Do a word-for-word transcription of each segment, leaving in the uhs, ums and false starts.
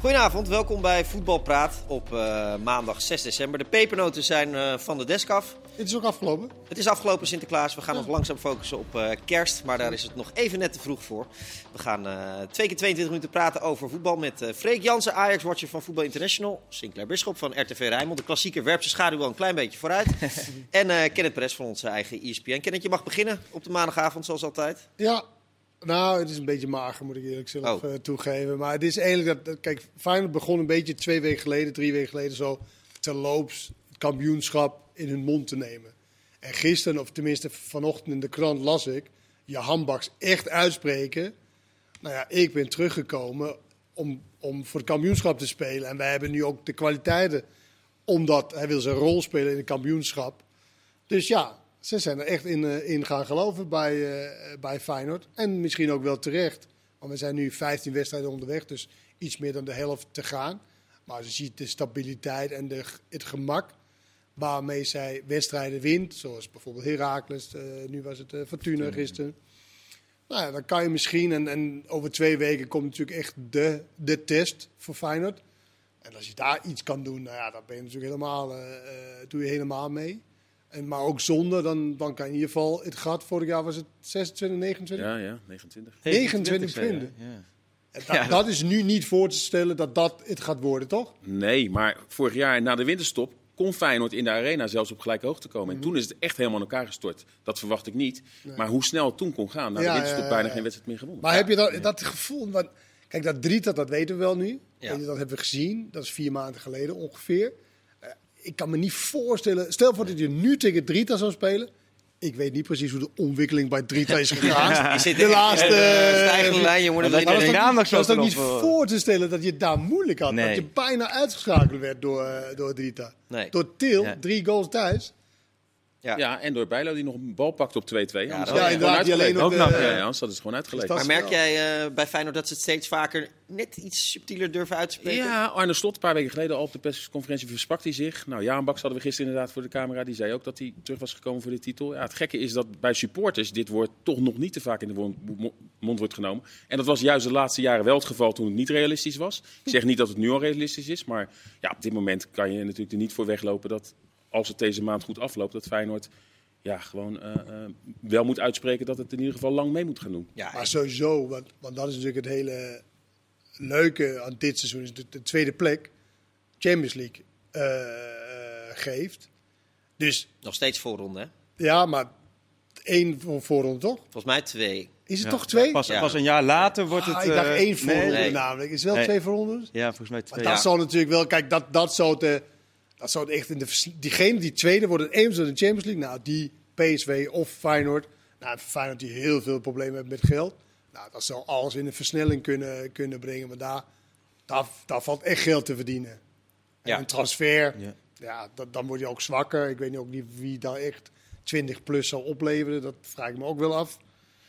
Goedenavond, welkom bij Voetbalpraat op uh, maandag zes december. De pepernoten zijn uh, van de desk af. Het is ook afgelopen. Het is afgelopen, Sinterklaas. We gaan ja. ons langzaam focussen op uh, kerst, maar daar is het nog even net te vroeg voor. We gaan uh, twee keer tweeëntwintig minuten praten over voetbal met uh, Freek Jansen, Ajax-watcher van Voetbal International. Sinclair Bisschop van R T V Rijnmond. De klassieker werpt zijn schaduw al een klein beetje vooruit. en uh, Kenneth Perez van onze eigen E S P N. Kenneth, je mag beginnen op de maandagavond zoals altijd. Ja. Nou, het is een beetje mager, moet ik eerlijk zelf oh. uh, toegeven. Maar het is eigenlijk dat, kijk, Feyenoord begon een beetje twee weken geleden, drie weken geleden zo, terloops het kampioenschap in hun mond te nemen. En gisteren, of tenminste vanochtend in de krant las ik, Johan Baks echt uitspreken. Nou ja, ik ben teruggekomen om, om voor het kampioenschap te spelen. En wij hebben nu ook de kwaliteiten, omdat hij wil zijn rol spelen in het kampioenschap. Dus ja, ze zijn er echt in, uh, in gaan geloven bij, uh, bij Feyenoord. En misschien ook wel terecht. Want we zijn nu vijftien wedstrijden onderweg. Dus iets meer dan de helft te gaan. Maar als je ziet de stabiliteit en de, het gemak waarmee zij wedstrijden wint. Zoals bijvoorbeeld Heracles. Uh, nu was het uh, Fortuna gisteren. Nou ja, dan kan je misschien. En, en over twee weken komt natuurlijk echt de, de test voor Feyenoord. En als je daar iets kan doen. Nou ja, dan ben je natuurlijk helemaal, uh, uh, doe je helemaal mee. En, maar ook zonder, dan, dan kan je in ieder geval het gat. Vorig jaar was het zesentwintig, negenentwintig? Ja, ja, negenentwintig. negenentwintig punten. Ja. Dat, ja. dat is nu niet voor te stellen dat dat het gaat worden, toch? Nee, maar vorig jaar na de winterstop kon Feyenoord in de arena zelfs op gelijke hoogte komen. Mm-hmm. En toen is het echt helemaal in elkaar gestort. Dat verwacht ik niet. Nee. Maar hoe snel het toen kon gaan. Na de ja, winterstop ja, ja, ja. bijna geen wedstrijd meer gewonnen. Maar ja. heb je dat, dat gevoel... Want, kijk, dat Drita, dat weten we wel nu. Ja. Dat hebben we gezien. Dat is vier maanden geleden ongeveer. Ik kan me niet voorstellen... Stel voor dat je nu tegen Drita zou spelen. Ik weet niet precies hoe de ontwikkeling bij Drita is gegaan. Ja, de de laatste... stijgende lijn, jongen. Dat was toch, toch niet voor te stellen dat je het daar moeilijk had. Nee. Dat je bijna uitgeschakeld werd door, uh, door Drita. Nee. Door Til, ja. drie goals thuis. Ja. ja, en door Bijlo die nog een bal pakt op twee twee. Ja, ja, ja inderdaad. Die alleen ook nog. Ja, ja, dat is gewoon uitgelegd. Maar merk jij uh, bij Feyenoord dat ze het steeds vaker net iets subtieler durven uit te spreken? Ja, Arne Slot, een paar weken geleden al op de persconferentie versprak hij zich. Nou, Jaan Baks hadden we gisteren inderdaad voor de camera. Die zei ook dat hij terug was gekomen voor de titel. Ja, het gekke is dat bij supporters dit woord toch nog niet te vaak in de mond wordt genomen. En dat was juist de laatste jaren wel het geval toen het niet realistisch was. Ik zeg niet dat het nu al realistisch is. Maar ja, op dit moment kan je natuurlijk er niet voor weglopen dat als het deze maand goed afloopt, dat Feyenoord... Ja, gewoon uh, uh, wel moet uitspreken dat het in ieder geval lang mee moet gaan doen. Ja, maar sowieso, want, want dat is natuurlijk het hele leuke aan dit seizoen, is de, de tweede plek Champions League uh, uh, geeft. Dus, nog steeds voorronde, hè? Ja, maar één voorronde toch? Volgens mij twee. Is het ja, toch twee? Pas, ja. pas een jaar later wordt ah, het... Ik dacht uh, één voorronde nee, namelijk. Is het wel nee. twee voorrondes? Ja, volgens mij twee. Maar dat ja. zou natuurlijk wel, kijk, dat, dat zou de, dat zou het echt in de, diegene die tweede wordt, één in de Champions League, nou die... P S V of Feyenoord. Nou, Feyenoord die heel veel problemen heeft met geld. Nou, dat zou alles in een versnelling kunnen, kunnen brengen. Maar daar, daar, daar valt echt geld te verdienen. En ja. een transfer, ja. Ja, dat, dan word je ook zwakker. Ik weet ook niet wie daar echt twintig plus zal opleveren. Dat vraag ik me ook wel af.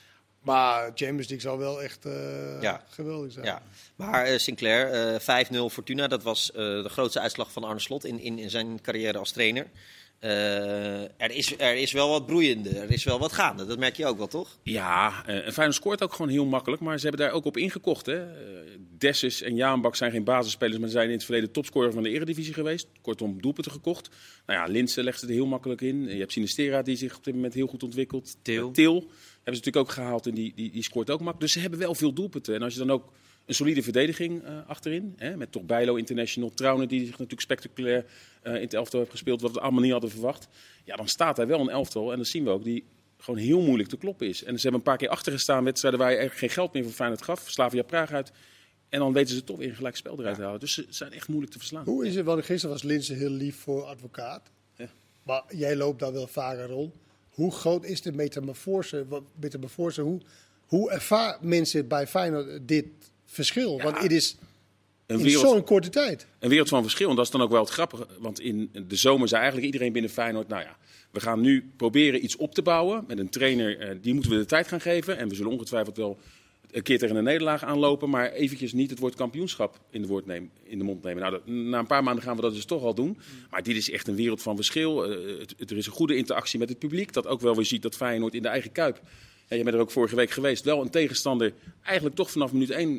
Maar Champions League zou wel echt uh, ja. geweldig zijn. Ja. Maar uh, Sinclair, uh, vijf nul Fortuna, dat was uh, de grootste uitslag van Arne Slot in, in, in zijn carrière als trainer. Uh, er, is, er is wel wat broeiende, er is wel wat gaande. Dat merk je ook wel, toch? Ja, uh, en Feyenoord scoort ook gewoon heel makkelijk. Maar ze hebben daar ook op ingekocht. Hè. Uh, Dessus en Jaan Baks zijn geen basisspelers, maar zijn in het verleden topscorer van de Eredivisie geweest. Kortom, doelpunten gekocht. Nou ja, Linse legt het er heel makkelijk in. Je hebt Sinistera die zich op dit moment heel goed ontwikkelt. Til. Uh, Til hebben ze natuurlijk ook gehaald en die, die, die scoort ook makkelijk. Dus ze hebben wel veel doelpunten. En als je dan ook een solide verdediging uh, achterin. Hè, met toch Bijlo International, Trauner die zich natuurlijk spectaculair uh, in het elftal heeft gespeeld. Wat we allemaal niet hadden verwacht. Ja, dan staat daar wel een elftal. En dat zien we ook. Die gewoon heel moeilijk te kloppen is. En ze hebben een paar keer achtergestaan wedstrijden waar je eigenlijk geen geld meer voor Feyenoord gaf. Slavia Praag uit. En dan weten ze toch weer een gelijk spel eruit te halen. Dus ze zijn echt moeilijk te verslaan. Hoe is het? Want gisteren was Linse heel lief voor advocaat. Ja. Maar jij loopt daar wel vaker rond. Hoe groot is de metamorfose? metamorfose hoe, hoe ervaren mensen bij Feyenoord dit verschil? Ja, want het is in wereld, zo'n korte tijd. Een wereld van verschil. En dat is dan ook wel het grappige. Want in de zomer zei eigenlijk iedereen binnen Feyenoord... nou ja, we gaan nu proberen iets op te bouwen. Met een trainer, die moeten we de tijd gaan geven. En we zullen ongetwijfeld wel een keer tegen een nederlaag aanlopen. Maar eventjes niet het woord kampioenschap in de, woord nemen, in de mond nemen. Nou, dat, na een paar maanden gaan we dat dus toch al doen. Maar dit is echt een wereld van verschil. Uh, het, het, er is een goede interactie met het publiek. Dat ook wel weer ziet dat Feyenoord in de eigen Kuip... Ja, je bent er ook vorige week geweest. Wel een tegenstander eigenlijk toch vanaf minuut één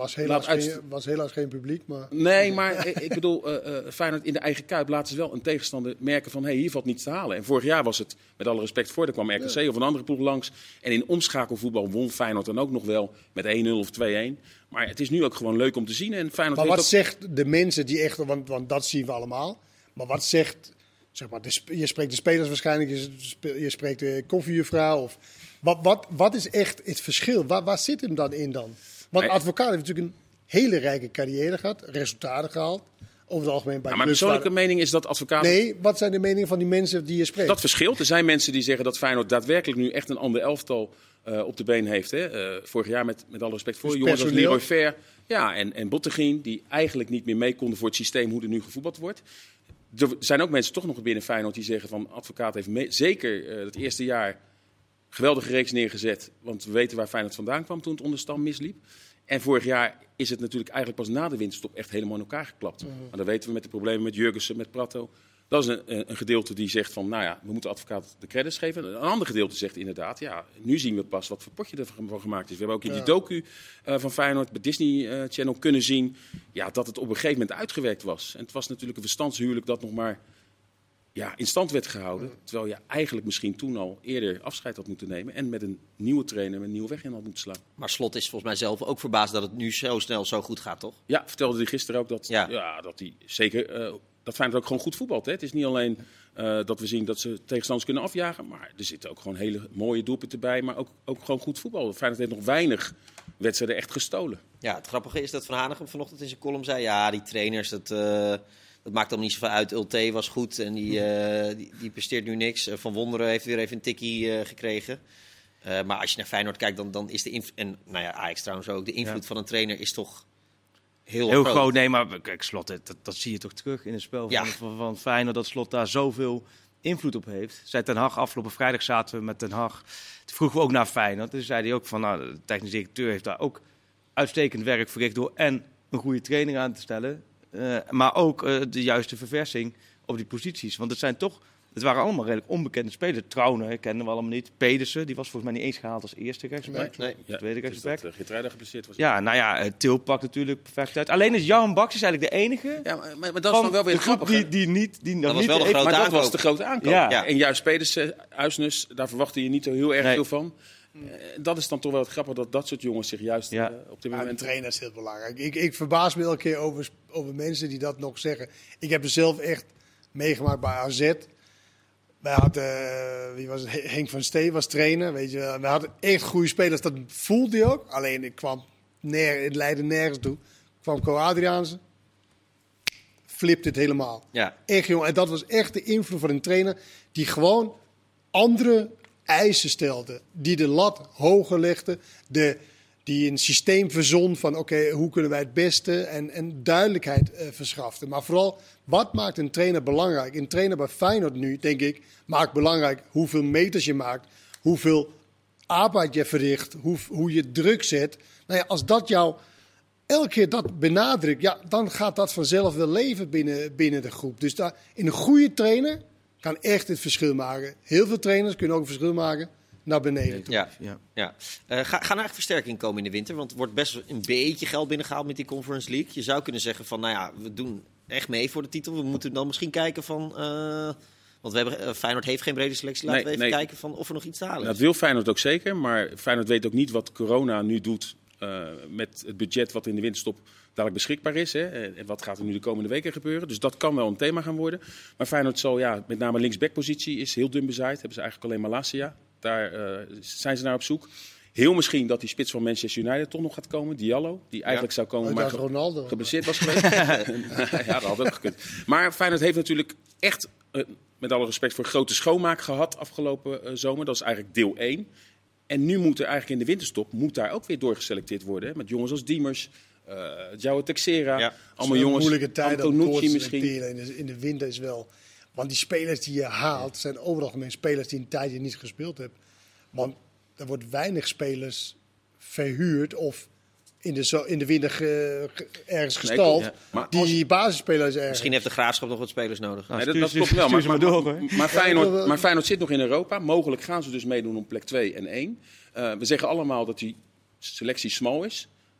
Was helaas, Laat geen, was helaas geen publiek, maar... Nee, maar ik bedoel, uh, uh, Feyenoord in de eigen Kuip laten ze wel een tegenstander merken van... hé, hey, hier valt niets te halen. En vorig jaar was het, met alle respect voor, er kwam R K C ja. of een andere ploeg langs. En in omschakelvoetbal won Feyenoord dan ook nog wel met één nul of twee-een. Maar het is nu ook gewoon leuk om te zien. En Feyenoord maar wat ook... zegt de mensen die echt... Want, want dat zien we allemaal. Maar wat zegt... Zeg maar, de, je spreekt de spelers waarschijnlijk, je, je spreekt de koffiejuffrouw. Of, wat, wat, wat is echt het verschil? Waar, waar zit hem dan in dan? Want Nee. Advocaat heeft natuurlijk een hele rijke carrière gehad. Resultaten gehaald. Over het algemeen bij Ja, mijn clubs persoonlijke waar- mening is dat Advocaat... Nee, wat zijn de meningen van die mensen die je spreekt? Dat verschilt. Er zijn mensen die zeggen dat Feyenoord daadwerkelijk nu echt een ander elftal uh, op de been heeft. Hè. Uh, vorig jaar, met, met alle respect voor, Dus jongens als personeel? Leroy Fer ja, en, en Bottegien, die eigenlijk niet meer mee konden voor het systeem hoe er nu gevoetbald wordt. Er zijn ook mensen toch nog binnen Feyenoord die zeggen van Advocaat heeft mee, zeker uh, het eerste jaar geweldige reeks neergezet. Want we weten waar Feyenoord vandaan kwam toen het onder Stam misliep. En vorig jaar is het natuurlijk eigenlijk pas na de winterstop echt helemaal in elkaar geklapt. Mm-hmm. Maar dan weten we met de problemen met Jurgensen, met Prato. Dat is een, een gedeelte die zegt van, nou ja, we moeten Advocaat de credits geven. Een ander gedeelte zegt inderdaad, ja, nu zien we pas wat voor potje ervan gemaakt is. We hebben ook in die docu uh, van Feyenoord bij Disney uh, Channel kunnen zien ja, dat het op een gegeven moment uitgewerkt was. En het was natuurlijk een verstandshuwelijk dat nog maar ja, in stand werd gehouden. Terwijl je eigenlijk misschien toen al eerder afscheid had moeten nemen. En met een nieuwe trainer met een nieuwe weg in had moeten slaan. Maar Slot is volgens mij zelf ook verbaasd dat het nu zo snel zo goed gaat, toch? Ja, vertelde hij gisteren ook dat, Ja. ja. dat hij zeker... Uh, dat Feyenoord ook gewoon goed voetbalt. Hè. Het is niet alleen uh, dat we zien dat ze tegenstanders kunnen afjagen. Maar er zitten ook gewoon hele mooie doelpunten bij. Maar ook, ook gewoon goed voetbal. Feyenoord heeft nog weinig wedstrijden echt gestolen. Ja, het grappige is dat Van Hanegem vanochtend in zijn column zei... ja, die trainers, dat, uh, dat maakt allemaal niet zoveel uit. Ulte was goed en die, uh, die, die presteert nu niks. Uh, Van Wonderen heeft weer even een tikkie uh, gekregen. Uh, maar als je naar Feyenoord kijkt, dan, dan is de invloed... en nou ja, Ajax trouwens ook. De invloed Ja. van een trainer is toch heel, Heel groot. groot, nee, maar kijk, Slot, dat, dat zie je toch terug in het spel van, Ja. van, van Feyenoord, dat Slot daar zoveel invloed op heeft. Zei Ten Hag, afgelopen vrijdag zaten we met Ten Hag. Toen vroegen we ook naar Feyenoord. Toen zei hij ook van, nou, de technisch directeur heeft daar ook uitstekend werk verricht door en een goede training aan te stellen, uh, maar ook uh, de juiste verversing op die posities. Want het zijn toch, het waren allemaal redelijk onbekende spelers. Trauner kennen we allemaal niet. Pedersen, die was volgens mij niet eens gehaald als eerste rechtsback. Nee. Ja, Tweede dus rechtsback. dat uh, Geertruida geblesseerd was. Ja, nou ja, uh, Til pakt natuurlijk perfect uit. Alleen is Jan Baks is eigenlijk de enige Ja, maar, maar dat is van dan wel weer de groep grappig. die, hè? die niet... Die nog Dat was niet wel de heeft- grote Maar dat aankoop. was de grote aankoop. Ja. Ja. En juist Pedersen, Huisnes, daar verwachtte je niet zo heel erg Nee. veel van. Uh, dat is dan toch wel het grappige dat dat soort jongens zich juist Ja. uh, op dit Ja, een moment... trainer is heel belangrijk. Ik, ik verbaas me elke keer over, over mensen die dat nog zeggen. Ik heb er zelf echt meegemaakt bij A Z. Wij hadden, uh, wie was het? Henk van Stee was trainer. Weet je wel. We hadden echt goede spelers, dat voelde je ook. Alleen ik kwam ner, het leidde nergens toe. kwam Co Adriaanse, flipte het helemaal. Ja. Echt, jongen. En dat was echt de invloed van een trainer die gewoon andere eisen stelde. Die de lat hoger legde. De, die een systeem verzon van oké, okay, hoe kunnen wij het beste en, en duidelijkheid uh, verschafte. Maar vooral, wat maakt een trainer belangrijk? Een trainer bij Feyenoord nu, denk ik, maakt belangrijk hoeveel meters je maakt. Hoeveel arbeid je verricht. Hoe, hoe je druk zet. Nou ja, als dat jou elke keer dat benadrukt, ja, dan gaat dat vanzelf wel leven binnen, binnen de groep. Dus daar, in een goede trainer kan echt het verschil maken. Heel veel trainers kunnen ook een verschil maken naar beneden toe. Ja, Ja. ja. Uh, ga, gaan er eigenlijk versterking komen in de winter? Want er wordt best een beetje geld binnengehaald met die Conference League. Je zou kunnen zeggen van, nou ja, we doen echt mee voor de titel. We moeten dan misschien kijken van... Uh, want we hebben, uh, Feyenoord heeft geen brede selectie. Laten Nee, we even nee. kijken van of er nog iets te halen is. Dat wil Feyenoord ook zeker, maar Feyenoord weet ook niet wat corona nu doet uh, met het budget wat in de winterstop dadelijk beschikbaar is. Hè. En wat gaat er nu de komende weken gebeuren? Dus dat kan wel een thema gaan worden. Maar Feyenoord zal, ja, met name linksbackpositie is heel dun bezaaid. Hebben ze eigenlijk alleen Malacia. Daar uh, zijn ze naar op zoek. Heel misschien dat die spits van Manchester United toch nog gaat komen, Diallo. Die eigenlijk zou komen, Oh, maar dat is ge- Ronaldo. geblesseerd was geweest. Ja, dat had ook gekund. Maar Feyenoord heeft natuurlijk echt, uh, met alle respect voor, grote schoonmaak gehad afgelopen uh, zomer. Dat is eigenlijk deel één. En nu moet er eigenlijk in de winterstop moet daar ook weer doorgeselecteerd worden. Hè? Met jongens als Diemers, uh, João Texera. Ja. Allemaal Zo'n jongens, moeilijke tijd om door Antonucci te misschien. selecteren. In de, in de winter is wel... Want die spelers die je haalt, zijn over het algemeen spelers die een tijdje niet gespeeld hebben. Want er wordt weinig spelers verhuurd of in de, zo, in de winter ge- ge- ergens gestald. ja. Maar die als- basisspelers ergens. Misschien heeft de Graafschap nog wat spelers nodig. Nou, Nee, dat, stuur dat ze- klopt wel. stuur Maar, ze maar maar, door, maar, hoor. maar Ja, ik wil Feyenoord, wel- maar Feyenoord zit nog in Europa. Mogelijk gaan ze dus meedoen om plek twee en één. Uh, we zeggen allemaal dat die selectie smal is.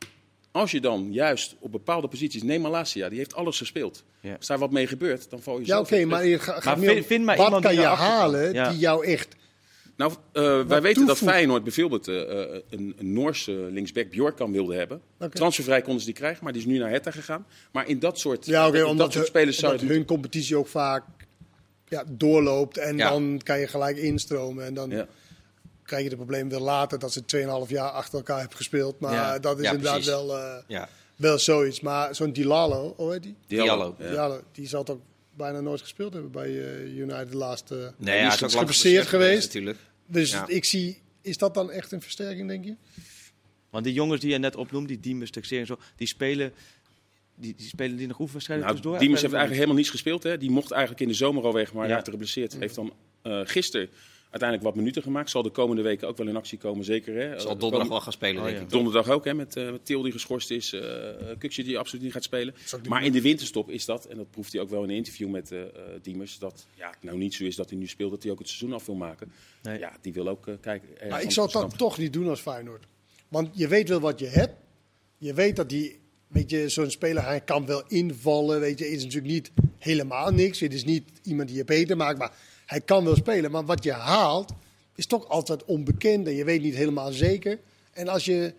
Als je dan juist op bepaalde posities... Neem Malasia, die heeft alles gespeeld. Ja. Als daar wat mee gebeurt, dan val je Ja, zo. oké, maar je gaat Maar niet om vind- vind maar wat iemand kan die je erachter kan. halen Ja. die jou echt... Nou, uh, wij weten dat toevoegt. Feyenoord bijvoorbeeld uh, uh, een, een Noorse linksback Bjorkan wilde hebben. Oké. Transfervrij konden ze die krijgen, maar die is nu naar Hertha gegaan. Maar in dat soort, Ja, oké, in omdat dat soort de- spelers zou omdat je... hun competitie ook vaak ja, doorloopt. En Ja. dan kan je gelijk instromen. En dan Ja. krijg je het probleem weer later dat ze twee komma vijf jaar achter elkaar hebben gespeeld. Maar Ja. dat is Ja, inderdaad precies. wel, eh, Ja. wel zoiets. Maar zo'n Dilalo, hoe heet die? Diallo. Ja. Diallo, die zal toch bijna nooit gespeeld hebben bij eh, United de laatste... Nee, die hij is is ook lang geblesseerd geweest. natuurlijk. Dus Ja. ik zie... Is dat dan echt een versterking, denk je? Want die jongens die je net opnoemt, die Diemers, Texeer en zo, die spelen die, die, spelen die nog oefenwedstrijden Nou, tussendoor? Diemers heeft Of eigenlijk helemaal niets gespeeld. Hè. Die mocht eigenlijk in de zomer al weg, maar Ja. hij heeft geblesseerd. Heeft dan uh, gisteren uiteindelijk wat minuten gemaakt. Zal de komende weken ook wel in actie komen, zeker. Hè. Zal Uh, donderdag wel kom- gaan spelen, Oh, denk ja. ik. toch? Donderdag ook, hè, met, uh, met Til die geschorst is. Uh, Kuksje die absoluut niet gaat spelen. Zal ik die Maar doen? in de winterstop is dat, en dat proeft hij ook wel in een interview met uh, uh, Diemers, dat ja, het nou niet zo is dat hij nu speelt, dat hij ook het seizoen af wil maken. Nee. Ja, die wil ook uh, kijken. ergens Maar ik anders zou het dan stand. toch niet doen als Feyenoord. Want je weet wel wat je hebt. Je weet dat die, weet je, zo'n speler, hij kan wel invallen. Weet je, is natuurlijk niet helemaal niks. Het is niet iemand die je beter maakt, maar hij kan wel spelen. Maar wat je haalt, is toch altijd onbekend. En je weet niet helemaal zeker. En als je,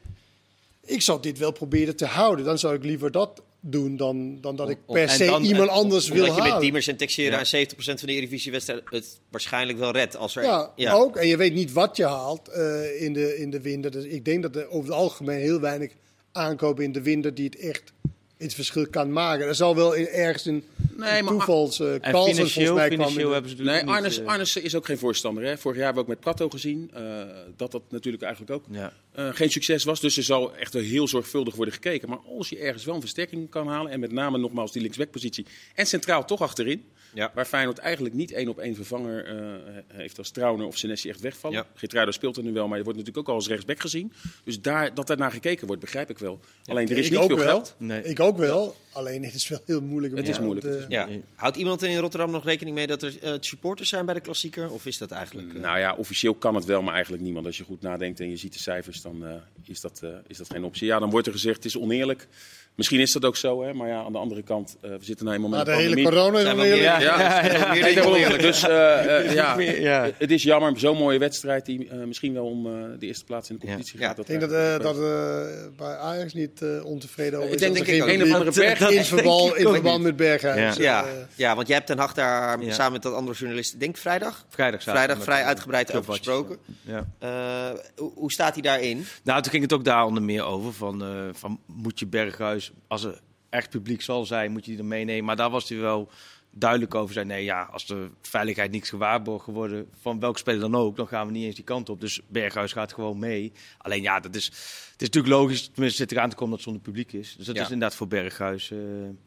ik zou dit wel proberen te houden. Dan zou ik liever dat doen dan, dan dat ik Om- per en se dan- iemand en- anders wil Omdat je met halen. Diemers en Texera Ja. aan zeventig procent van de Eredivisie-wedstrijden het waarschijnlijk wel redt. Als er, Ja, ja. ook. En je weet niet wat je haalt eh, in, de, in de winter. Dus ik denk dat er over het algemeen heel weinig aankopen in de winter die het echt het verschil kan maken. Er zal wel in, ergens een, Nee, een maar- toevals uh, En kans volgens financieel, mij kwam. in financieel de- hebben ze Nee, natuurlijk Arnes, niet, eh, Arnes is ook geen voorstander. Hè. Vorig jaar hebben we ook met Prato gezien uh, dat dat natuurlijk eigenlijk ook ja. uh, geen succes was. Dus er zal echt wel heel zorgvuldig worden gekeken. Maar als je ergens wel een versterking kan halen, en met name nogmaals die linksbackpositie en centraal toch achterin, Ja. waar Feyenoord eigenlijk niet één op één vervanger uh, heeft als Trauner of Senesi echt wegvallen. Ja. Geertruida speelt er nu wel, maar je wordt natuurlijk ook al als rechtsback gezien. Dus daar, dat daar naar gekeken wordt, begrijp ik wel. Alleen er is ik niet ook veel wel. geld. Nee. Ik ook wel. Alleen het is wel heel moeilijk. om- Het is ja, moeilijk, want, het eh, is Ja. Houdt iemand in Rotterdam nog rekening mee dat er uh, supporters zijn bij de klassieker? Of is dat eigenlijk... uh, Nou ja, officieel kan het wel, maar eigenlijk niemand. Als je goed nadenkt en je ziet de cijfers, dan uh, is, dat, uh, is dat geen optie. Ja, dan wordt er gezegd, het is oneerlijk. Misschien is dat ook zo, hè? Maar ja, aan de andere kant, uh, we zitten nou eenmaal met maar de een hele pandemie. corona is Zijn wel we eerlijk. meer- Ja, Ja, ja, meer nee, dan daarom. eerlijk. Dus uh, uh, ja, Ja. het is jammer. Zo'n mooie wedstrijd die uh, misschien wel om uh, de eerste plaats in de competitie Ja. gaat. Ik denk dat, uh, dat uh, bij Ajax niet uh, ontevreden over Ik is. denk dat denk er ik geen ook. een of andere publiek berg in dat verband, denk ik in ook verband niet. met Berghuis. Ja, Uh, ja, want jij hebt Ten Hag daar Ja. samen met dat andere journalisten, denk ik vrijdag? Vrijdag, zaten we Vrijdag met vrij de uitgebreid over clubwatches. gesproken. Ja. Uh, hoe, hoe staat hij daarin? Nou, toen ging het ook daar onder meer over. Van, uh, van moet je Berghuis, als er echt publiek zal zijn, moet je die er meenemen. Maar daar was hij wel duidelijk over. Zei, nee, ja, als de veiligheid niet gewaarborgd geworden, van welke speler dan ook, dan gaan we niet eens die kant op. Dus Berghuis gaat gewoon mee. Alleen ja, dat is, het is natuurlijk logisch, tenminste zit eraan te komen dat het zonder publiek is. Dus dat Ja. is inderdaad voor Berghuis. Uh,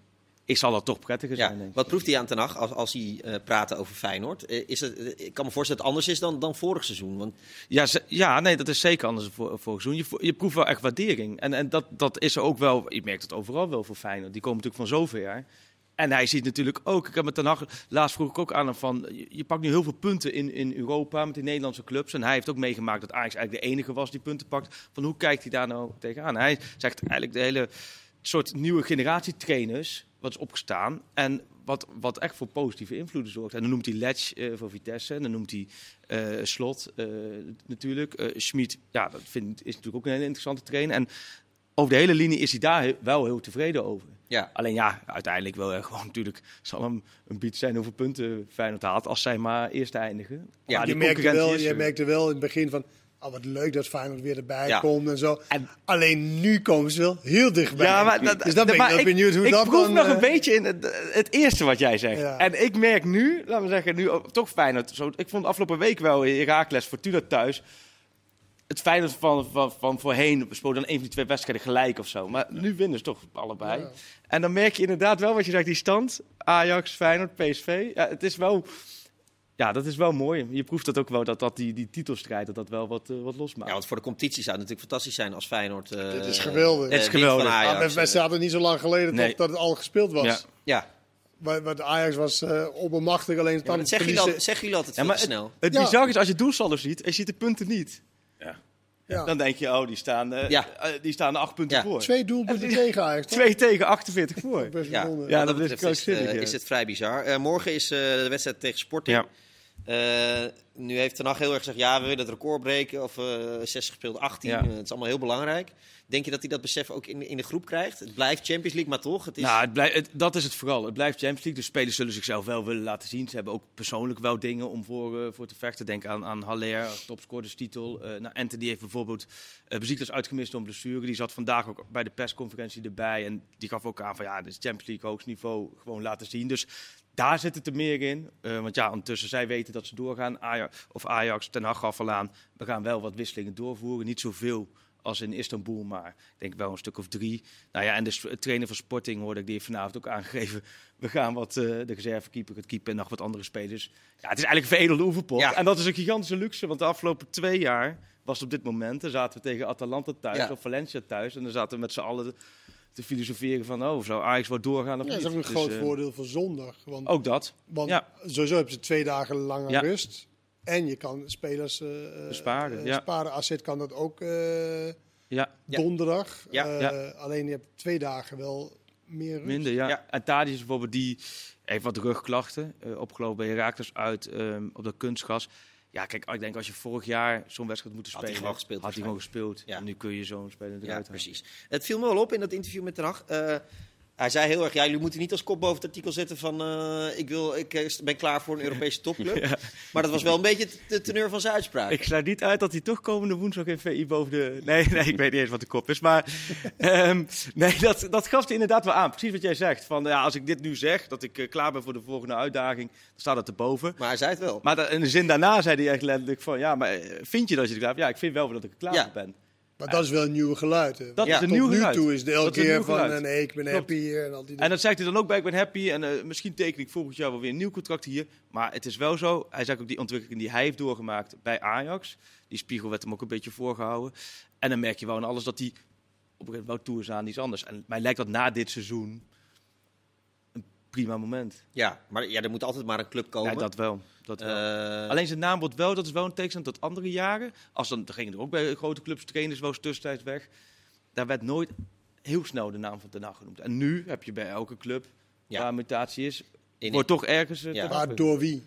ik zal dat toch prettiger Ja. zijn, denk ik. Wat proeft hij aan Ten Hag als, als hij uh, praat over Feyenoord? Uh, is het, uh, ik kan me voorstellen dat het anders is dan, dan vorig seizoen. Want Ja, ze- ja, nee, dat is zeker anders dan voor, vorig seizoen. Je, vo- je proeft wel echt waardering. En, en dat, dat is er ook wel, je merkt het overal wel voor Feyenoord. Die komen natuurlijk van zover. En hij ziet natuurlijk ook, ik heb met Ten Hag, laatst vroeg ik ook aan hem van, je, je pakt nu heel veel punten in, in Europa met die Nederlandse clubs. En hij heeft ook meegemaakt dat Ajax eigenlijk de enige was die punten pakt. Van hoe kijkt hij daar nou tegenaan? Hij zegt eigenlijk de hele soort nieuwe generatie trainers, wat is opgestaan. En wat, wat echt voor positieve invloeden zorgt. En dan noemt hij Letch uh, voor Vitesse. En dan noemt hij uh, Slot uh, natuurlijk. Uh, Schmid, ja, dat vind, is natuurlijk ook een hele interessante trainer. En over de hele linie is hij daar he- wel heel tevreden over. ja, Alleen ja, uiteindelijk wil hij gewoon natuurlijk, zal hem een bied zijn hoeveel punten Feyenoord haalt als zij maar eerste eindigen. Ja, Maar je, die merkte concurrentie wel, is je er. merkte wel in het begin van, oh, wat leuk dat Feyenoord weer erbij Ja. komt en zo. En- Alleen nu komen ze wel heel dichtbij. Ja, maar, dat, dus dan ben ik maar wel benieuwd hoe ik dat proef dan... nog uh, een beetje in het, het eerste wat jij zegt. Ja. En ik merk nu, laten we zeggen, nu ook toch Feyenoord. Zo, ik vond afgelopen week wel in Heracles, Fortuna thuis. Het Feyenoord van, van, van voorheen speelde dan een van die twee wedstrijden gelijk of zo. Maar nu winnen ze toch allebei. Ja. En dan merk je inderdaad wel wat je zegt, die stand. Ajax, Feyenoord, P S V. Ja, het is wel... Ja, dat is wel mooi. Je proeft dat ook wel, dat, dat die, die titelstrijd dat dat wel wat, uh, wat losmaakt. ja, want voor de competitie zou het natuurlijk fantastisch zijn als Feyenoord... Uh, Dit is geweldig. uh, Het is wint geweldig. van maar Ajax. wij, wij zaten niet zo lang geleden Nee. toch dat het al gespeeld was. Ja. Ja, Maar, maar de Ajax was uh, oppermachtig, alleen ja, maar dan dat zeggen jullie, verliezen- al- zeggen jullie altijd Ja, veel maar te snel. Het Ja. bizar is als je doelsaldo ziet en je ziet de punten niet. Ja. Ja. dan denk je, oh, die staan, uh, Ja. uh, die staan acht punten Ja. voor. Twee doelpunten tegen Ajax. toch? Twee tegen achtenveertig voor. Best Ja. bijzonder. Ja, Wat dat is betreft is, het, krankzinnig, eh, ja. is het vrij bizar. Uh, morgen is uh, de wedstrijd tegen Sporting. Ja. Uh, nu heeft Ten Hag heel erg gezegd, ja, we willen het record breken. Of uh, zes gespeeld achttien. Ja. Uh, het is allemaal heel belangrijk. Denk je dat hij dat besef ook in, in de groep krijgt? Het blijft Champions League, maar toch? Het is... Nou, het blijft, het, dat is het vooral. Het blijft Champions League. De spelers zullen zichzelf wel willen laten zien. Ze hebben ook persoonlijk wel dingen om voor, uh, voor te vechten. Denk aan, aan Haller, topscorerstitel. Uh, nou, Anthony heeft bijvoorbeeld uh, Besiktas uitgemist om blessure. Die zat vandaag ook bij de persconferentie erbij. En die gaf ook aan van ja, de Champions League hoogst niveau gewoon laten zien. Dus daar zit het er meer in. Uh, want ja, ondertussen, zij weten dat ze doorgaan. Ajax, of Ajax, Ten Hag gaf al aan. We gaan wel wat wisselingen doorvoeren. Niet zoveel als in Istanbul, maar ik denk wel een stuk of drie. Nou ja, en de trainer van Sporting hoorde ik, die heeft vanavond ook aangegeven. We gaan wat, uh, de reservekeeper, het keeper en nog wat andere spelers. Ja, het is eigenlijk een veredelde oefenpot. Ja. En dat is een gigantische luxe, want de afgelopen twee jaar was het op dit moment. Dan zaten we tegen Atalanta thuis Ja. of Valencia thuis. En dan zaten we met z'n allen te, te filosoferen van, oh, zou Ajax wel doorgaan of Ja, dat niet? is ook een Dus, groot uh, voordeel voor zondag. Want, Ook dat. want ja. sowieso hebben ze twee dagen langer Ja. rust. En je kan spelers uh, Besparen, uh, ja. sparen. A Z kan dat ook uh, Ja, Ja. donderdag. Ja. Uh, Ja. Alleen je hebt twee dagen wel meer rust. minder, ja. Ja. En Tadic bijvoorbeeld, die heeft wat rugklachten uh, opgelopen bij Heracles uit um, op dat kunstgras. Ja, kijk, ik denk als je vorig jaar zo'n wedstrijd moet Had hij spelen, gewoon gespeeld had hij gewoon gespeeld. Ja. En nu kun je zo'n speler eruit Ja, halen. precies. Het viel me wel op in dat interview met Ten Hag. Uh, hij zei heel erg, ja, jullie moeten niet als kop boven het artikel zetten van... Uh, ik, wil, ik uh, ben klaar voor een Europese topclub. Ja. Maar dat was wel een beetje de teneur van zijn uitspraak. Ik sluit niet uit dat hij toch komende woensdag in V I boven de... Nee, nee, ik weet niet eens wat de kop is. Maar um, nee, dat, dat gaf hij inderdaad wel aan. Precies wat jij zegt. Van, ja, als ik dit nu zeg, dat ik uh, klaar ben voor de volgende uitdaging, dan staat het erboven. Maar hij zei het wel. Maar da- in de zin daarna zei hij echt letterlijk van... Ja, maar uh, vind je dat je er klaar bent? Ja, ik vind wel dat ik er klaar Ja. voor ben. Maar dat is wel een nieuwe geluid. Hè. Dat Ja. is een Tot nieuw nu geluid. toe is het elke Dat is een keer nieuw van geluid. uh, nee, ik ben Klopt. happy hier en al die En dingen. dat zegt hij dan ook bij, ik ben happy en uh, misschien teken ik volgend jaar wel weer een nieuw contract hier. Maar het is wel zo, hij zegt ook die ontwikkeling die hij heeft doorgemaakt bij Ajax. Die spiegel werd hem ook een beetje voorgehouden. En dan merk je wel aan alles dat hij op een gegeven moment wel toe is aan iets anders. En mij lijkt dat na dit seizoen een prima moment. Ja, maar ja, er moet altijd maar een club komen. Ja, dat wel. Dat wel. Uh, Alleen zijn naam wordt wel, dat is wel een tegenstand tot andere jaren. Als dan, dan gingen er ook bij grote clubs trainers wel eens tussentijds weg. Daar werd nooit heel snel de naam van Ten Hag genoemd. En nu heb je bij elke club Ja. waar mutatie is, in- wordt toch ergens... uh, Ja. Ten Hag Maar door wie?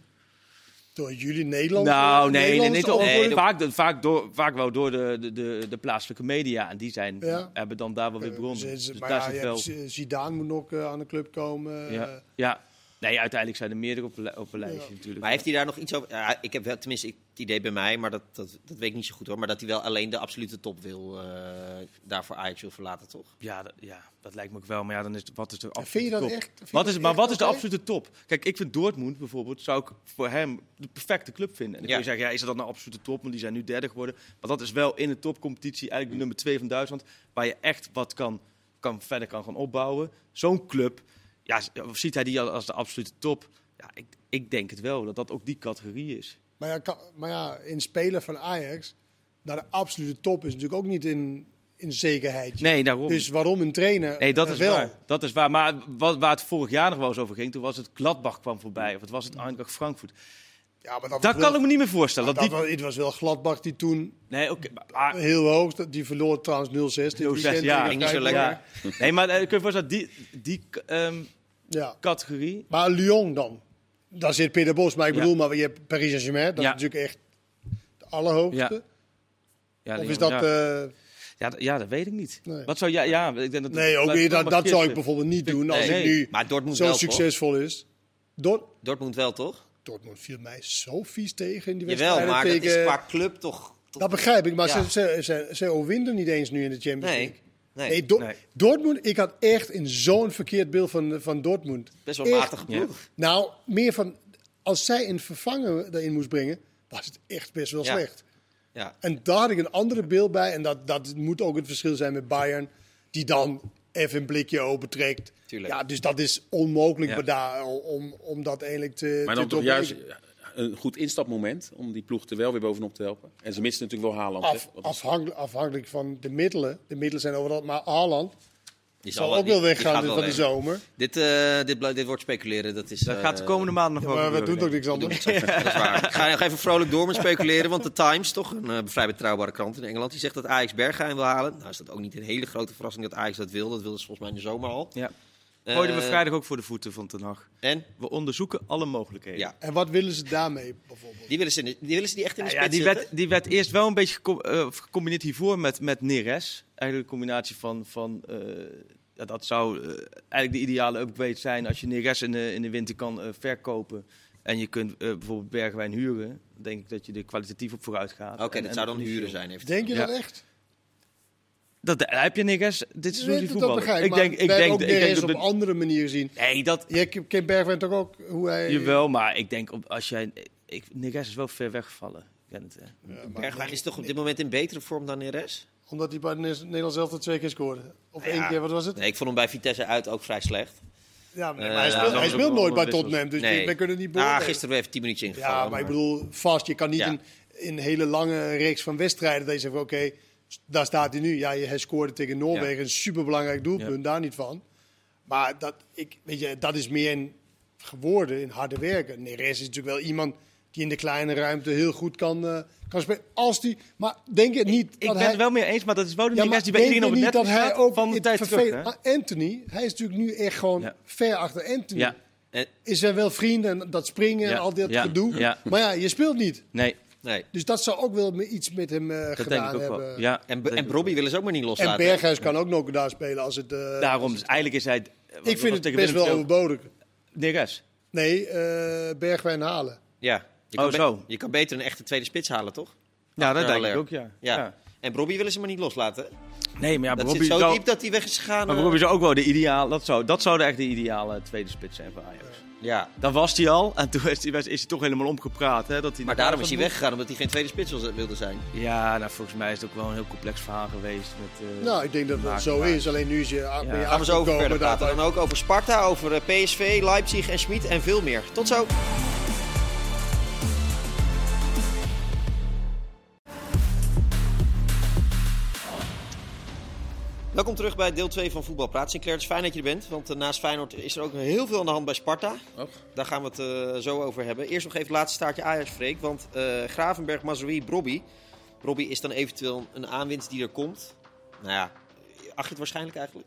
Door jullie Nederland? Nou, nee, nee, nee, toch, Nee, de- vaak, de- vaak, door, vaak wel door de, de, de, de plaatselijke media. En die zijn, Ja. hebben dan daar wel weer Uh, bronnen. ze- ze- Dus maar daar ja, zit je wel... hebt Z- Zidane moet nog uh, aan de club komen. Ja, uh, ja. Nee, uiteindelijk zijn er meerdere op, een li- op een lijstje Ja. natuurlijk. Maar heeft hij daar nog iets over? Ja, ik heb wel, tenminste ik- het idee bij mij, maar dat, dat, dat weet ik niet zo goed hoor. Maar dat hij wel alleen de absolute top wil, uh, daarvoor Ajax wil verlaten, toch? Ja, dat, ja, dat lijkt me ook wel. Maar ja, dan is het, wat is de absolute vind je dat top? echt? Vind je Wat dat is, maar echt wat is de oké? absolute top? Kijk, ik vind Dortmund bijvoorbeeld, zou ik voor hem de perfecte club vinden. En dan Ja. kun je zeggen, ja, is dat nou absolute top? Want die zijn nu derde geworden. Maar dat is wel in de topcompetitie eigenlijk de nummer twee van Duitsland. Waar je echt wat kan, kan, verder kan gaan opbouwen. Zo'n club, ja, ziet hij die als de absolute top? Ja, ik, ik denk het wel, dat dat ook die categorie is. Maar ja, kan- maar ja, in speler van Ajax, naar de absolute top is natuurlijk ook niet in, in zekerheid. Nee, daarom. Dus waarom een trainer Nee, dat uh, is wel? waar. Dat is waar. Maar wat, waar het vorig jaar nog wel eens over ging, toen was het Gladbach kwam voorbij. Of het was het Eintracht Frankfurt. Ja, maar dat Dat was kan wel- ik me niet meer voorstellen. Dat Dat die... was, het was wel Gladbach die toen Nee, oké. maar- heel hoog, dat- die verloor trouwens nul zes. dit nul zes, weekend ja. tegen Ging niet zo Freiburg. lekker. Ja. Nee, maar uh, kun je je voorstellen, die, die ehm, Ja. categorie. Maar Lyon dan? Daar zit Peter Bos, maar ik Ja. bedoel, maar je hebt Paris Saint-Germain, dat Ja. is natuurlijk echt de allerhoogste. Ja. Ja, Of Lyon, is dat... Ja. uh, Ja, d- ja, dat weet ik niet. Nee. Wat zou jij... Ja, ik denk dat nee, ook blijft weer, dat, maar dat zou ik gidsen. bijvoorbeeld niet doen als Nee. ik nu Maar Dortmund zo wel, toch? succesvol is. Dort, Dortmund wel, toch? Dortmund viel mij zo vies tegen in die Jawel, wedstrijd. maar dat is tegen, qua club toch... toch dat begrijp ik, maar Ja. ze, ze, ze, ze overwinnen niet eens nu in de Champions nee, League. nee. Nee, Do- Nee. Dortmund, ik had echt in zo'n verkeerd beeld van, van Dortmund. best wel Echt. matig ploeg. Nou, meer van, als zij een vervanger erin moest brengen, was het echt best wel Ja. slecht. Ja. En daar had ik een andere beeld bij. En dat, dat moet ook het verschil zijn met Bayern. Die dan even een blikje opentrekt. Tuurlijk. Ja, dus dat is onmogelijk Ja. maar daar, om, om dat eigenlijk te Maar dan te toch juist doorbreken. een goed instapmoment om die ploeg er wel weer bovenop te helpen. En ze missen natuurlijk wel Haaland. hè. Af, Want- afhankelijk, afhankelijk van de middelen. De middelen zijn overal. Maar Haaland, Die zal wel- ook wel die- die weggaan gaat dit wel van de weg. zomer. Dit, uh, dit, bl- dit wordt speculeren. Dat, is, Dat uh, gaat de komende maanden nog Ja, wel maar we doen gebeuren, toch denk niks ik. anders. Dat is waar. Ik ga nog even vrolijk door met speculeren. Want de Times, toch een uh, vrij betrouwbare krant in Engeland, die zegt dat Ajax Bergwijn wil halen. Nou is dat ook niet een hele grote verrassing dat Ajax dat wil. Dat wilde ze volgens mij in de zomer al. Ja. Uh, Gooiden we vrijdag ook voor de voeten van Ten Hag. En? We onderzoeken alle mogelijkheden. Ja. En wat willen ze daarmee bijvoorbeeld? Die willen ze, in de- die, willen ze die echt in de Ja, spits die, zetten? werd, die werd eerst wel een beetje gecom- uh, gecombineerd hiervoor met, met Neres. Eigenlijk een combinatie van... van uh, ja, dat zou uh, eigenlijk de ideale upgrade zijn als je Neres in de, in de winter kan uh, verkopen. En je kunt uh, bijvoorbeeld Bergwijn huren. Dan denk ik dat je er kwalitatief op vooruit gaat. Oké, okay, dat en, zou en dan niet huren veel. zijn. Heeft Denk je Ja. dat echt? Dat, heb je Neres dit seizoen Nee, zien dat voetballen? begrijp ik. Ik denk, maar ik we hebben denk, ook ik denk Neres dat op de- andere manier gezien. Nee, dat... Je kent Bergwijn toch ook hoe hij... Jawel, maar ik denk op, als jij... Ik, Neres is wel ver weggevallen. Ik ken het, hè. Ja, maar Bergwijn is toch op dit moment in betere vorm dan Neres? Omdat hij bij het Nederlands elftal twee keer scoorde. Of Ja. één keer, wat was het? Nee, ik vond hem bij Vitesse uit ook vrij slecht. Ja, maar Eh, hij ja, speelt, dat hij was ook speelt wel nooit bij wissels. Tottenham, dus Nee. we kunnen niet Ah, beoordelen. gisteren heeft tien minuutjes ingevallen. Ja, maar ik bedoel, vast. Je kan niet Ja. in, in een hele lange reeks van wedstrijden dat je zegt, oké, daar staat hij nu. Ja, hij scoorde tegen Noorwegen, Ja. een superbelangrijk doelpunt, Ja. daar niet van. Maar dat, ik, weet je, dat is meer in geworden, in harde werken. Neres is natuurlijk wel iemand die in de kleine ruimte heel goed kan, uh, kan spelen. Als die, maar denk je niet Ik dat ben hij... het wel mee eens, maar dat is wel de Ja, Neres maar die bij denk iedereen je op het niet net dat hij staat ook van de het tijd terug. vervelend- Hè? Ah, Anthony, hij is natuurlijk nu echt gewoon Ja. ver achter Anthony. Ja, Eh, Is er wel vrienden en dat springen en Ja. al dat Ja. gedoe. Ja. Maar ja, je speelt niet. nee, nee. Dus dat zou ook wel iets met hem uh, dat denk gedaan ik ook hebben. wel. Ja, En, dat en denk ik Robbie willen ze ook maar niet En loslaten. Berghuis kan ook nog daar spelen als het... uh, Daarom, dus eigenlijk is hij... ik vind het best wel overbodig. Neres. Nee, uh, Bergwijn halen. Ja. Je Oh, kan, be- zo. je kan beter een echte tweede spits halen, toch? Ja, dat Ja, denk Aller. ik ook, ja. Ja. ja. En Robbie willen ze maar niet loslaten. Nee, maar ja, dat Robbie zit zo zou, diep dat hij weg is gegaan. maar eh. Robbie zou ook wel de ideaal... Dat zou, dat zou echt de ideale tweede spits zijn voor Ajax. Ja. Dan was hij al en toen is hij, is hij toch helemaal omgepraat. Hè, dat hij Maar naar daarom Ajax is hij moet. weggegaan, omdat hij geen tweede spits wil- wilde zijn. Ja, nou, volgens mij is het ook wel een heel complex verhaal geweest. Met, uh, Nou, ik denk dat het zo is. Alleen nu is je, ben je Gaan we zo over verder achtergekomen praten. dat... Dan ook over Sparta, over eh, P S V, Leipzig en Schmid en veel meer. Tot zo. Welkom terug bij deel twee van Voetbal Praat. Sinclair, het is fijn dat je er bent, want uh, naast Feyenoord is er ook heel veel aan de hand bij Sparta. Och. Daar gaan we het uh, zo over hebben. Eerst nog even het laatste staartje Ajax, Freek. Want uh, Gravenberg, Mazraoui, Brobby. Brobby is dan eventueel een aanwinst die er komt. Nou ja, acht je het waarschijnlijk eigenlijk?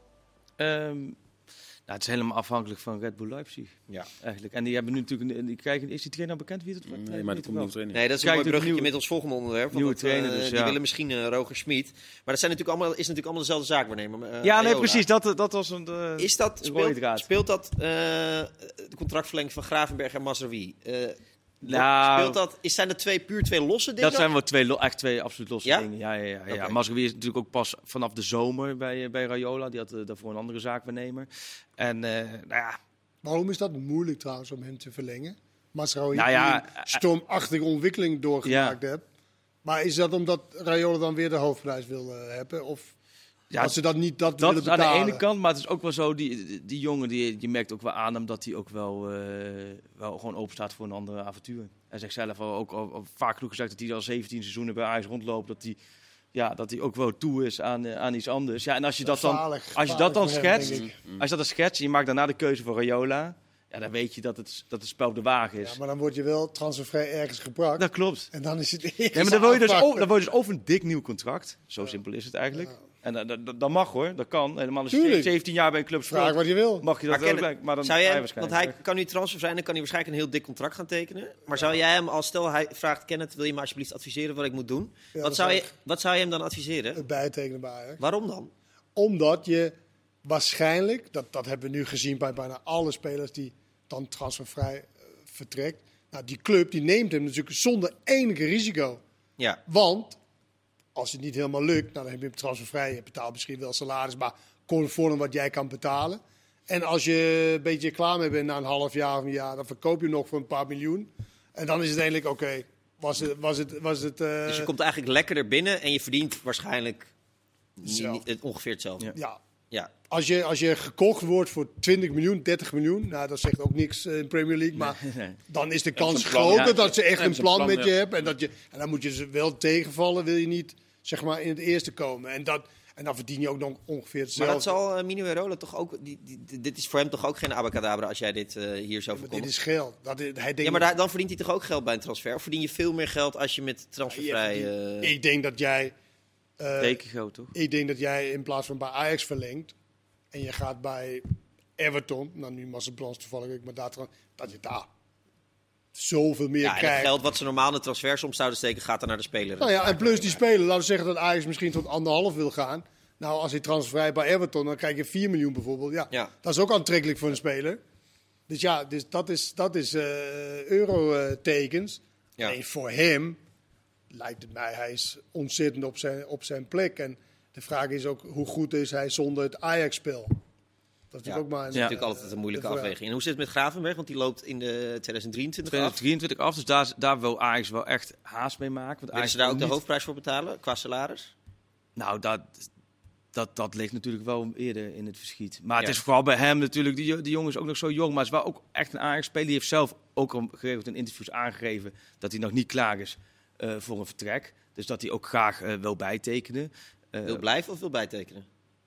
Um, nou, het is helemaal afhankelijk van Red Bull Leipzig. Ja. Eigenlijk. En die hebben nu natuurlijk... Die kijken, is die trainer bekend wie het wordt? Nee, maar dat komt niet trainen. Nee, dat is een Kijk, mooi bruggetje nieuwe- met ons volgende onderwerp. Want nieuwe dat, uh, trainer dus, Die ja. willen misschien uh, Roger Schmid. Maar dat zijn natuurlijk allemaal, is natuurlijk allemaal dezelfde zaak waarnemen. Uh, Ja, nee, Raiola. precies. Dat, dat was een... Uh, Is dat, een rode speelt, draad. speelt dat uh, de contractverlenging van Gravenberg en Mazraoui? Uh, Nou, speelt dat, is, zijn dat twee, puur twee losse dingen? dat zijn wel twee, lo- echt twee absoluut losse Ja? dingen. Ja, ja, ja. ja. Oké. Mazraoui is natuurlijk ook pas vanaf de zomer bij, bij Raiola. Die had uh, daarvoor een andere zaakwaarnemer. En uh, nou ja... Waarom is dat moeilijk trouwens om hem te verlengen? Mazraoui Nou ja, die een stormachtige ontwikkeling doorgemaakt hebt. Maar is dat omdat Raiola dan weer de hoofdprijs wil uh, hebben? Of Ja, als ze dat niet dat, Dat willen is aan betalen? de ene kant, maar het is ook wel zo, die, die, die jongen, die, je merkt ook wel aan hem dat hij ook wel, uh, wel gewoon open staat voor een andere avontuur. Hij zegt zelf al, ook al, al vaak genoeg gezegd dat hij al zeventien seizoenen bij Ajax rondloopt, dat hij, ja, dat hij ook wel toe is aan, uh, aan iets anders. Ja, en als je dat dan, Gevaarlijk, als je dat dan gevaarlijk voor hem, schetst, denk ik. als je dat dan schetst en je maakt daarna de keuze voor Raiola, ja, dan weet je dat het, dat het spel op de wagen is. Ja, maar dan word je wel transfervrij ergens gebracht. Dat klopt. En dan is het eerst Nee, maar dan wil je dus, afwachten. o- dan wil je dus over een dik nieuw contract. Zo simpel is het eigenlijk. Ja. En dat, dat, dat mag hoor, dat kan. Helemaal als je Tuurlijk. zeventien jaar bij een club Vraag speelt, wat je wil. mag je dat Maar wel Kenneth, gelijk. Maar dan zou ga je jij, waarschijnlijk want hij weg. kan nu transfer zijn, dan kan hij waarschijnlijk een heel dik contract gaan tekenen. Maar zou jij hem, als stel hij vraagt, Kenneth, wil je me alsjeblieft adviseren wat ik moet doen? Ja, wat, dat zou zou je, wat zou je hem dan adviseren? Het bijtekenen bij Ajax. Waarom dan? Omdat je waarschijnlijk, dat, dat hebben we nu gezien bij bijna alle spelers die dan transfervrij uh, vertrekt. Nou, die club die neemt hem natuurlijk zonder enige risico. Ja, Want als het niet helemaal lukt, nou, dan heb je hem transfervrij. Je betaalt misschien wel salaris, maar conform wat jij kan betalen. En als je een beetje klaar mee bent na een half jaar of een jaar, dan verkoop je hem nog voor een paar miljoen. En dan is het eigenlijk, oké, okay, was het... Was het, was het uh, dus je komt eigenlijk lekkerder binnen en je verdient waarschijnlijk niet, Hetzelfde. niet- het, ongeveer hetzelfde. Ja. Ja. ja. Als je, als je gekocht wordt voor twintig miljoen, dertig miljoen, nou dat zegt ook niks in Premier League, maar Nee. dan is de is kans een plan, groter ja. dat ze echt Ja, een is een plan, plan, met je ja. hebben. En, dat je, en dan moet je ze wel tegenvallen, wil je niet zeg maar in het eerste komen. En dat, en En dan verdien je ook nog ongeveer hetzelfde. Maar dat zal uh, Mino Raiola toch ook... Die, die, die, dit is voor hem toch ook geen abacadabra als jij dit uh, hier zo ja, voorkomt? Dit is geld. Dat is, hij denkt ja, maar daar, dan verdient hij toch ook geld bij een transfer? Of verdien je veel meer geld als je met transfervrij... Ja, Uh... Ik denk dat jij... Uh, Rekengeld, toch? Ik denk dat jij in plaats van bij Ajax verlengt... en je gaat bij Everton... Nou, nu Masterplans toevallig, maar daar, dat je daar zoveel meer ja, en krijgt. het geld wat ze normaal in de transfersom zouden steken... gaat dan naar de speler. Nou ja, en plus die speler, laten we zeggen dat Ajax misschien tot anderhalf wil gaan... Nou, als hij transfervrij bij Everton, dan krijg je vier miljoen bijvoorbeeld. Ja, ja. Dat is ook aantrekkelijk voor een speler. Dus ja, dus dat is, dat is uh, euro-tekens. Ja. Nee, voor hem lijkt het mij, hij is ontzettend op zijn, op zijn plek. En de vraag is ook, hoe goed is hij zonder het Ajax-spel? Dat is ja. ook maar een, dat is uh, natuurlijk altijd een moeilijke afweging. En hoe zit het met Gravenberg? Want die loopt in de twintig drieëntwintig, twintig drieëntwintig af. af. Dus daar, daar wil Ajax wel echt haast mee maken. Want Willen ze daar ook niet... de hoofdprijs voor betalen, qua salaris? Nou, dat... Dat, dat ligt natuurlijk wel eerder in het verschiet. Maar ja. het is vooral bij hem natuurlijk, die, die jongen is ook nog zo jong, maar is wel ook echt een Ajax-speler. Die heeft zelf ook al geregeld in interviews aangegeven dat hij nog niet klaar is uh, voor een vertrek. Dus dat hij ook graag uh, wil bijtekenen. Uh, wil blijven of wil bijtekenen?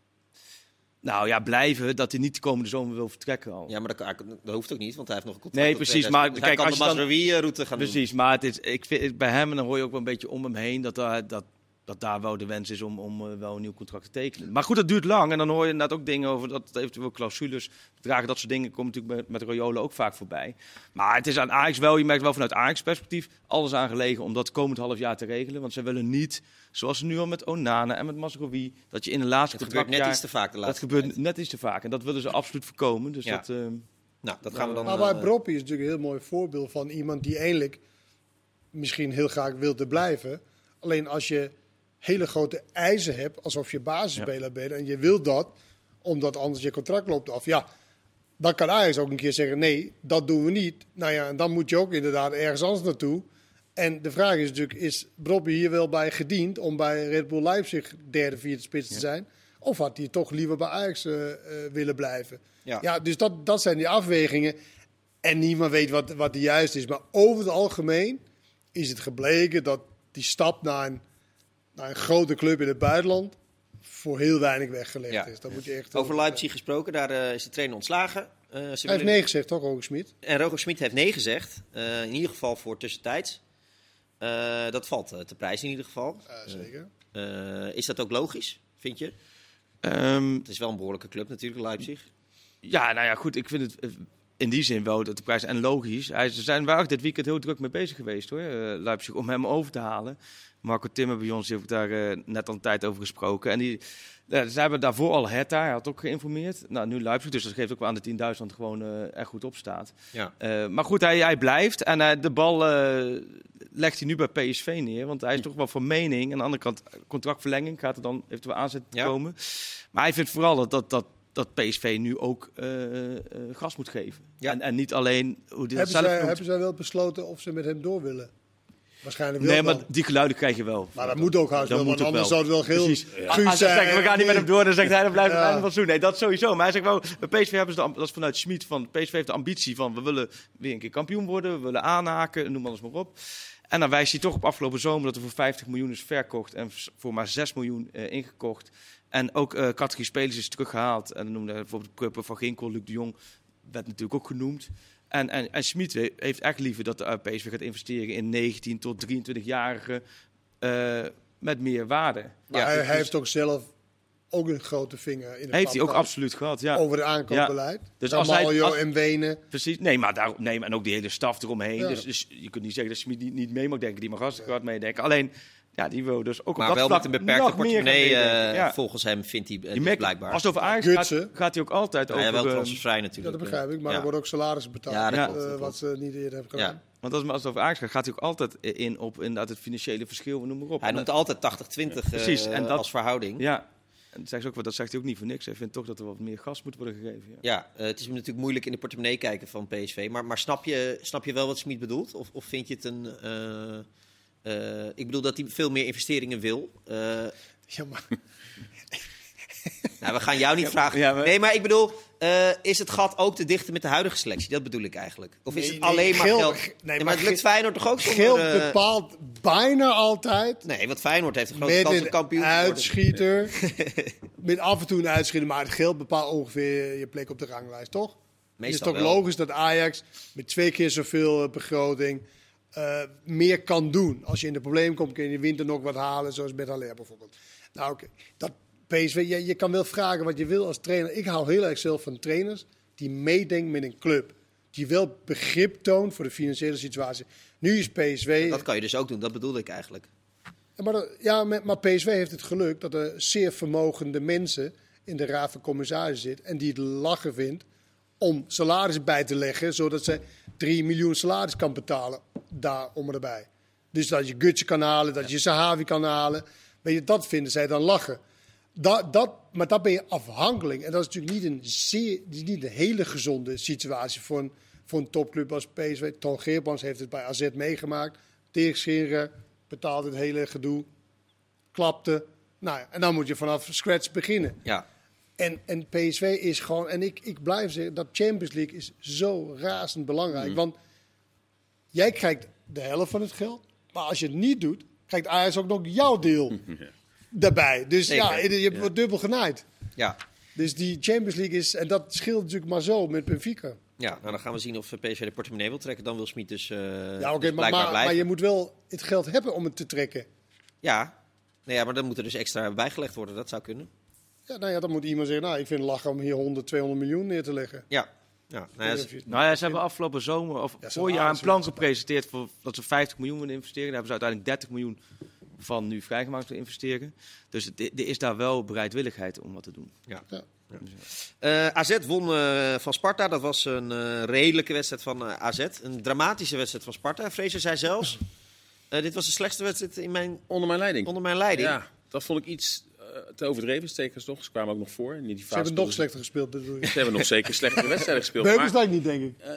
Nou ja, blijven, dat hij niet de komende zomer wil vertrekken al. Ja, maar dat, dat hoeft ook niet, want hij heeft nog een contract. Nee, precies. Maar dus kijk, kan als de je dan Mazraoui-route gaan precies, doen. maar het is, ik vind, bij hem, en dan hoor je ook wel een beetje om hem heen, dat dat... dat dat daar wel de wens is om, om uh, wel een nieuw contract te tekenen. Maar goed, dat duurt lang. En dan hoor je inderdaad ook dingen over dat eventueel clausules bedragen. Dat soort dingen komen natuurlijk met, met Raiola ook vaak voorbij. Maar het is aan Ajax wel, je merkt wel vanuit Ajax perspectief, alles aangelegen om dat komend half jaar te regelen. Want ze willen niet, zoals ze nu al met Onana en met Mazraoui, dat je in de laatste het gebeurt net iets te vaak de laatste Dat gebeurt tijd. net iets te vaak. En dat willen ze absoluut voorkomen. Dus ja. dat, uh, nou, dat gaan we dan... Maar bij uh, Broppie is natuurlijk een heel mooi voorbeeld van iemand die eigenlijk misschien heel graag wilde blijven. Alleen als je hele grote eisen hebt, alsof je basisspeler ja. bent. En je wilt dat, omdat anders je contract loopt af. Ja, dan kan Ajax ook een keer zeggen, nee, dat doen we niet. Nou ja, en dan moet je ook inderdaad ergens anders naartoe. En de vraag is natuurlijk, is Brobbey hier wel bij gediend om bij Red Bull Leipzig derde, vierde spits te ja. zijn? Of had hij toch liever bij Ajax uh, uh, willen blijven? Ja, ja dus dat, dat zijn die afwegingen. En niemand weet wat, wat de juiste is. Maar over het algemeen is het gebleken dat die stap naar een naar een grote club in het buitenland voor heel weinig weggelegd ja. is. Dat moet je echt over Leipzig gesproken, daar uh, is de trainer ontslagen. Uh, Hij willen... heeft nee gezegd, toch, Roger Schmid? En Roger Schmid heeft nee gezegd. Uh, in ieder geval voor tussentijds. Uh, dat valt uh, te prijs in ieder geval. Uh, zeker. Uh, is dat ook logisch, vind je? Um, het is wel een behoorlijke club natuurlijk, Leipzig. Ja, nou ja, goed. Ik vind het in die zin wel dat de prijs en logisch. Hij, ze zijn wel dit weekend heel druk mee bezig geweest, hoor, uh, Leipzig, om hem over te halen. Marco Timmer bij ons heeft daar uh, net al een tijd over gesproken. En die, uh, ze hebben daarvoor al Hertha, hij had ook geïnformeerd. Nou, nu Leipzig, dus dat geeft ook wel aan dat hij in Duitsland gewoon uh, er goed op staat. Ja. Uh, maar goed, hij, hij blijft. En uh, de bal uh, legt hij nu bij P S V neer. Want hij is toch wel van mening. Aan de andere kant, contractverlenging gaat er dan eventueel aanzetten te ja. komen. Maar hij vindt vooral dat... dat, dat dat P S V nu ook uh, uh, gas moet geven. Ja. En, en niet alleen... Hoe dit hebben, zelf zij, hebben zij wel besloten of ze met hem door willen? Waarschijnlijk wil Nee, dan. maar die geluiden krijg je wel. Maar dat moet ook haast wel, want anders zou het wel heel guus ja. zijn. We gaan niet met hem door, dan zegt hij, dan blijft het ja. einde van het seizoen. Nee, dat sowieso. Maar hij zegt wel, bij P S V hebben ze, de, dat is vanuit Schmid, van P S V heeft de ambitie van, we willen weer een keer kampioen worden, we willen aanhaken, noem alles maar op. En dan wijst hij toch op afgelopen zomer dat er voor vijftig miljoen is verkocht en voor maar zes miljoen uh, ingekocht. En ook uh, categorie spelers is teruggehaald. En dan noemde hij bijvoorbeeld Kuppen van Ginkel, Luc de Jong, werd natuurlijk ook genoemd. En, en, en Schmid heeft echt liever dat de P S V gaat investeren in negentien tot drieëntwintig-jarigen uh, met meer waarde. Maar ja, hij, dus, hij heeft ook zelf ook een grote vinger in het heeft hij ook absoluut gehad, ja. Over het aankoopbeleid. Ja. Dus als hij, als, en Wenen. Precies, nee, maar daar, nee, en ook die hele staf eromheen. Ja. Dus, dus je kunt niet zeggen dat Schmid niet, niet mee mag denken. Die mag hartstikke hard meedenken. Alleen... Ja, die wil dus ook maar op dat wel met een beperkte portemonnee, uh, ja. volgens hem vindt hij uh, dus merkt, blijkbaar. Als het over Ajax gaat, gaat hij ook altijd ja, over... Ja, wel transfervrij natuurlijk. Ja, dat begrijp ik, maar ja. er worden ook salarissen betaald, ja, ja, klopt, uh, klopt. wat ze niet eerder hebben gedaan. Ja. Want als, als het over Ajax gaat, gaat hij ook altijd in op inderdaad het financiële verschil, noem maar op. Hij noemt altijd tachtig twintig uh, en dat, als verhouding. Ja, en dat zegt, ook, dat zegt hij ook niet voor niks. Hij vindt toch dat er wat meer gas moet worden gegeven. Ja, ja uh, het is natuurlijk moeilijk in de portemonnee kijken van P S V, maar, maar snap, je, snap je wel wat Schmid bedoelt? Of, of vind je het een... Uh, Uh, ik bedoel dat hij veel meer investeringen wil. Uh, ja, maar... nou, we gaan jou niet ja, vragen. Ja, maar... Nee, maar ik bedoel, uh, is het gat ook te dichten met de huidige selectie? Dat bedoel ik eigenlijk. Of is nee, het nee, alleen maar geld, geld? Nee, nee, maar, maar het lukt Feyenoord toch ook zonder... Geld uh... bepaalt bijna altijd Nee, want Feyenoord heeft een grote met kans om een kampioen te worden. uitschieter. Met af en toe een uitschieter, maar het geld bepaalt ongeveer je plek op de ranglijst, toch? Het is Meestal toch wel. logisch dat Ajax met twee keer zoveel uh, begroting uh, meer kan doen. Als je in de problemen komt, kun je in de winter nog wat halen, zoals met Haller bijvoorbeeld. Nou, oké. Dat P S V, je, je kan wel vragen wat je wil als trainer. Ik hou heel erg zelf van trainers die meedenken met een club. Die wel begrip toont voor de financiële situatie. Nu is P S V... Dat kan je dus ook doen, dat bedoelde ik eigenlijk. Ja, maar, dat- ja, maar maar P S V heeft het geluk dat er zeer vermogende mensen in de raad van commissarissen zitten. En die het lachen vindt om salaris bij te leggen, zodat ze drie miljoen salaris kan betalen daar om erbij. Dus dat je Gutje kan halen, dat je Sahavi kan halen. Weet je, dat vinden zij dan lachen. Dat, dat, maar dat ben je afhankelijk. En dat is natuurlijk niet een, zeer, niet een hele gezonde situatie voor een, voor een topclub als P S V. Ton Geerbrands heeft het bij A Z meegemaakt. Dirk Scheringa betaalt het hele gedoe. Klapte. Nou ja, en dan moet je vanaf scratch beginnen. Ja. En, en P S V is gewoon... En ik, ik blijf zeggen, dat Champions League is zo razend belangrijk. Mm. Want jij krijgt de helft van het geld. Maar als je het niet doet, krijgt Ajax ook nog jouw deel daarbij. Dus Zeker. ja, je, je wordt dubbel genaaid. Ja. Dus die Champions League is... En dat scheelt natuurlijk maar zo met Benfica. Ja, nou dan gaan we zien of P S V de portemonnee wil trekken. Dan wil Smit dus, uh, Ja, oké, dus maar, blijkbaar maar, blijven. maar je moet wel het geld hebben om het te trekken. Ja. Nee, ja, maar dan moet er dus extra bijgelegd worden. Dat zou kunnen. Ja, nou ja, dan moet iemand zeggen... Nou, ik vind het lachen om hier honderd, tweehonderd miljoen neer te leggen. Ja. Ja, nou ja, z- Nou ja, ze hebben afgelopen zomer of Ja, voorjaar salaris, een plan ja. gepresenteerd voor dat ze vijftig miljoen willen investeren. Daar hebben ze uiteindelijk dertig miljoen van nu vrijgemaakt te investeren. Dus het- er is daar wel bereidwilligheid om wat te doen. ja. Ja. Uh, A Z won uh, van Sparta. Dat was een uh, redelijke wedstrijd van uh, A Z. Een dramatische wedstrijd van Sparta. Fraser zei zelfs... Uh, dit was de slechtste wedstrijd in mijn, Onder mijn leiding. onder mijn leiding. Ja, dat vond ik iets uh, te overdreven. Stekers toch? Ze kwamen ook nog voor. In die fase Ze hebben nog speelden slechter gespeeld. Dat bedoel je. Ze hebben nog zeker slechtere wedstrijden gespeeld. Beukers Maar, dat niet, denk ik.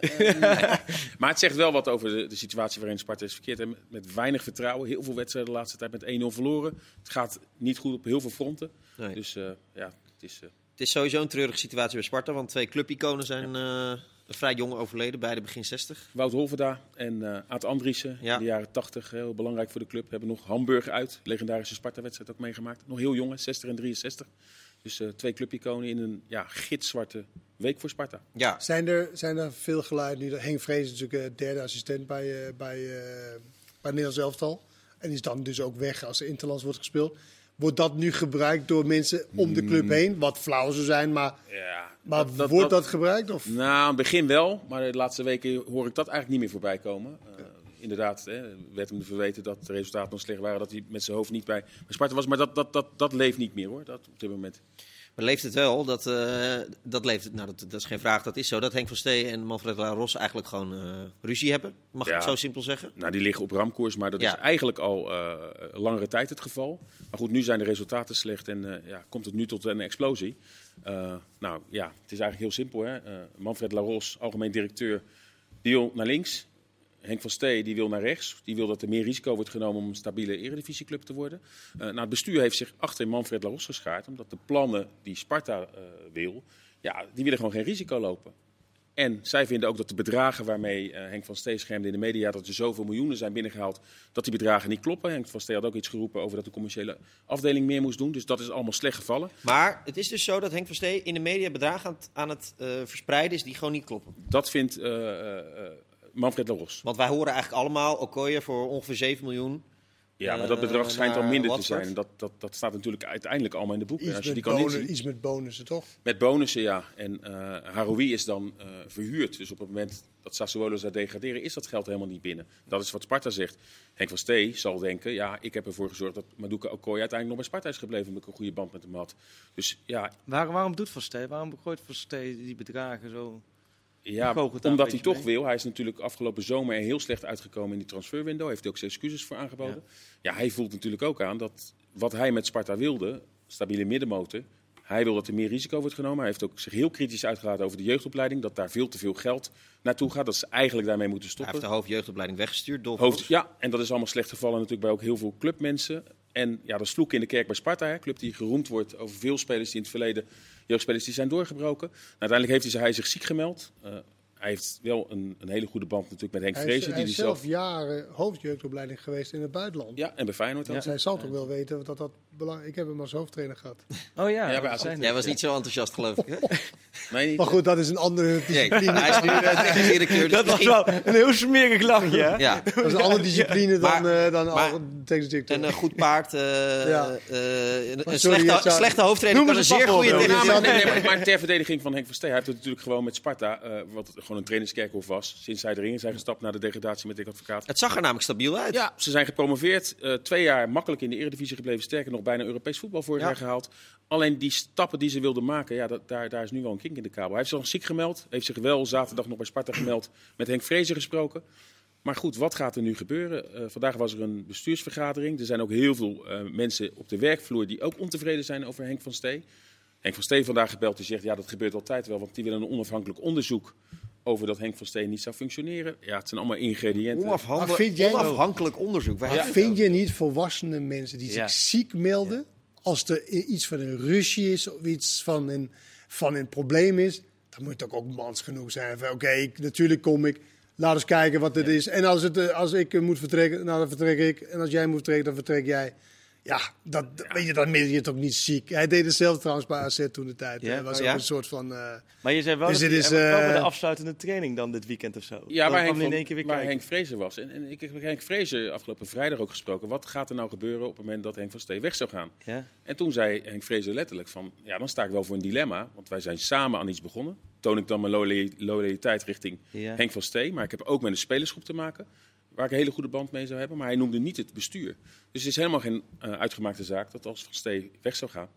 maar het zegt wel wat over de, de situatie waarin Sparta is verkeerd. En met, met weinig vertrouwen. Heel veel wedstrijden de laatste tijd met één nul verloren. Het gaat niet goed op heel veel fronten. Nee. Dus uh, ja, het is... Uh, Het is sowieso een treurige situatie bij Sparta. Want twee clubiconen zijn uh, vrij jong overleden. Beide begin zestig. Wout Holverda en uh, Aad Andriessen Ja. in de jaren tachtig, heel belangrijk voor de club. Hebben nog Hamburg uit, legendarische Sparta-wedstrijd ook meegemaakt. Nog heel jonge, zestig en drieënzestig. Dus uh, twee clubiconen in een ja, gitzwarte week voor Sparta. Ja. Zijn er, zijn er veel geluiden nu? Henk Vrees is natuurlijk uh, derde assistent bij, uh, bij, uh, bij Nederlands elftal. En is dan dus ook weg als er interlands wordt gespeeld. Wordt dat nu gebruikt door mensen om de club heen? Wat flauw zou zijn, maar, Ja, maar wordt dat, gebruikt? Of? Nou, in het begin wel, maar de laatste weken hoor ik dat eigenlijk niet meer voorbij komen. Uh, inderdaad, hè, werd hem verweten dat de resultaten nog slecht waren, dat hij met zijn hoofd niet bij, bij Sparta was. Maar dat, dat, dat, dat leeft niet meer hoor, dat op dit moment. Maar leeft het wel? Dat, uh, dat leeft het. Nou, dat, dat is geen vraag. Dat is zo. Dat Henk van Stee en Manfred Laros eigenlijk gewoon uh, ruzie hebben. Mag ik Ja. het zo simpel zeggen? Nou, die liggen op ramkoers, maar dat Ja. is eigenlijk al uh, langere tijd het geval. Maar goed, nu zijn de resultaten slecht en uh, ja, komt het nu tot een explosie. Uh, nou ja, het is eigenlijk heel simpel. Hè? Uh, Manfred Laros, algemeen directeur, die wil naar links. Henk van Stee die wil naar rechts. Die wil dat er meer risico wordt genomen om een stabiele eredivisieclub te worden. Uh, nou, het bestuur heeft zich achter Manfred Laros geschaard. Omdat de plannen die Sparta uh, wil, ja, die willen gewoon geen risico lopen. En zij vinden ook dat de bedragen waarmee uh, Henk van Stee schermde in de media, dat er zoveel miljoenen zijn binnengehaald, dat die bedragen niet kloppen. Henk van Stee had ook iets geroepen over dat de commerciële afdeling meer moest doen. Dus dat is allemaal slecht gevallen. Maar het is dus zo dat Henk van Stee in de media bedragen aan het, aan het uh, verspreiden is die gewoon niet kloppen. Dat vindt uh, uh, Manfred Laros. Want wij horen eigenlijk allemaal Okoye voor ongeveer zeven miljoen. Ja, maar dat bedrag Uh, schijnt al naar minder te Watford. zijn. Dat, dat, dat staat natuurlijk uiteindelijk allemaal in de boeken. En Iets als je die met, kan bonus, inzien, iets met bonussen, toch? met bonussen, ja. En uh, Haroui is dan uh, verhuurd. Dus op het moment dat Sassuolo zou degraderen, is dat geld helemaal niet binnen. Dat is wat Sparta zegt. Henk van Stee zal denken, ja, ik heb ervoor gezorgd dat Maduka Okoye uiteindelijk nog bij Sparta is gebleven, omdat ik een goede band met hem had. Dus ja, Waar, waarom doet Van Stee? Waarom gooit Van Stee die bedragen zo? Ja, Goochelt daar omdat een hij beetje toch mee. wil. Hij is natuurlijk afgelopen zomer er heel slecht uitgekomen in die transferwindow. Heeft hij ook zijn excuses voor aangeboden. Ja. ja, hij voelt natuurlijk ook aan dat wat hij met Sparta wilde, stabiele middenmotor. Hij wil dat er meer risico wordt genomen. Hij heeft ook zich heel kritisch uitgelaten over de jeugdopleiding. Dat daar veel te veel geld naartoe gaat. Dat ze eigenlijk daarmee moeten Hij stoppen. heeft de hoofdjeugdopleiding weggestuurd. Dolf Hoofd, Roos. ja, en dat is allemaal slecht gevallen natuurlijk bij ook heel veel clubmensen. En ja, dat is vloek in de kerk bij Sparta. Hè. Club die geroemd wordt over veel spelers die in het verleden, jeugdspelers die zijn doorgebroken. Nou, uiteindelijk heeft hij zich ziek gemeld. Uh, hij heeft wel een, een hele goede band natuurlijk met Henk Hij Vrezen. is, Die hij die is zelf zelf... jaren hoofdjeugdopleiding geweest in het buitenland. Ja, en bij Feyenoord ook. Dus hij zal toch wel weten dat dat belangrijk is. Ik heb hem als hoofdtrainer gehad. Oh ja, Ja, bij dat A Z. zijn Jij was niet zo enthousiast, geloof ik. Hè? Nee, niet. Maar goed, dat is een andere Nee, discipline. hij is nu uh, technisch directeur. dus Dat was misschien- wel een heel smerig lachje, hè? Ja, Dat is een andere discipline dan, Maar- eh dan maar- al technisch directeur. een uh, goed paard. uh, Ja. uh, een sorry, slechte, het zou- slechte hoofdtrainer Noem kan een eens een zeer goede vakwoord. Ja, technisch maar, nee, directeur. nee, maar ter verdediging van Henk van Stee. Hij heeft het natuurlijk gewoon met Sparta, uh, wat gewoon een trainingskerkhof was. Sinds zij erin zijn gestapt na de degradatie met Dick Advocaat. Het zag er namelijk stabiel uit. Ja, ze zijn gepromoveerd. Uh, twee jaar makkelijk in de Eredivisie gebleven. Sterker nog, bijna Europees voetbal vorig Ja. jaar gehaald. Alleen die stappen die ze wilden maken, ja, dat, daar, daar is nu wel een kink in de kabel. Hij heeft zich nog ziek gemeld. Heeft zich wel zaterdag nog bij Sparta gemeld. Met Henk Vrezen gesproken. Maar goed, wat gaat er nu gebeuren? Uh, vandaag was er een bestuursvergadering. Er zijn ook heel veel uh, mensen op de werkvloer die ook ontevreden zijn over Henk van Stee. Henk van Stee vandaag gebeld, die zegt, ja, dat gebeurt altijd wel. Want die willen een onafhankelijk onderzoek over dat Henk van Stee niet zou functioneren. Ja, het zijn allemaal ingrediënten. Onafhankelijk, Maar vind jij- onafhankelijk onderzoek. Waar Maar heb je het vind je niet volwassene mensen die Ja. zich ziek melden, als er i- iets van een ruzie is of iets van een, van een probleem is, dan moet het ook, ook mans genoeg zijn. Van, Oké, ik- natuurlijk kom ik, laat eens kijken wat het is. En als, het, eh, als ik eh, moet vertrekken, nou, dan vertrek ik. En als jij moet vertrekken, dan vertrek jij. Ja, dat, weet je, dan ben je toch niet ziek. Hij deed het zelf trouwens bij A Z toen de tijd. Ja? Hij was Oh, ook ja? een soort van... eh, Maar je zei wel Dus dat dit hij- is, hij kwam bij de eh, afsluitende training dan dit weekend of zo. Ja, Dan waar, kwam Henk, hij in van, één keer weer waar kijken. Henk Vrezen was. En, en ik heb met Henk Vrezen afgelopen vrijdag ook gesproken. Wat gaat er nou gebeuren op het moment dat Henk van Stee weg zou gaan? Ja? En toen zei Henk Vrezen letterlijk van, ja, dan sta ik wel voor een dilemma. Want wij zijn samen aan iets begonnen. Toon ik dan mijn loyali- loyaliteit richting Ja. Henk van Stee. Maar ik heb ook met een spelersgroep te maken. Waar ik een hele goede band mee zou hebben. Maar hij noemde niet het bestuur. Dus het is helemaal geen uh, uitgemaakte zaak dat als Van Stee weg zou gaan,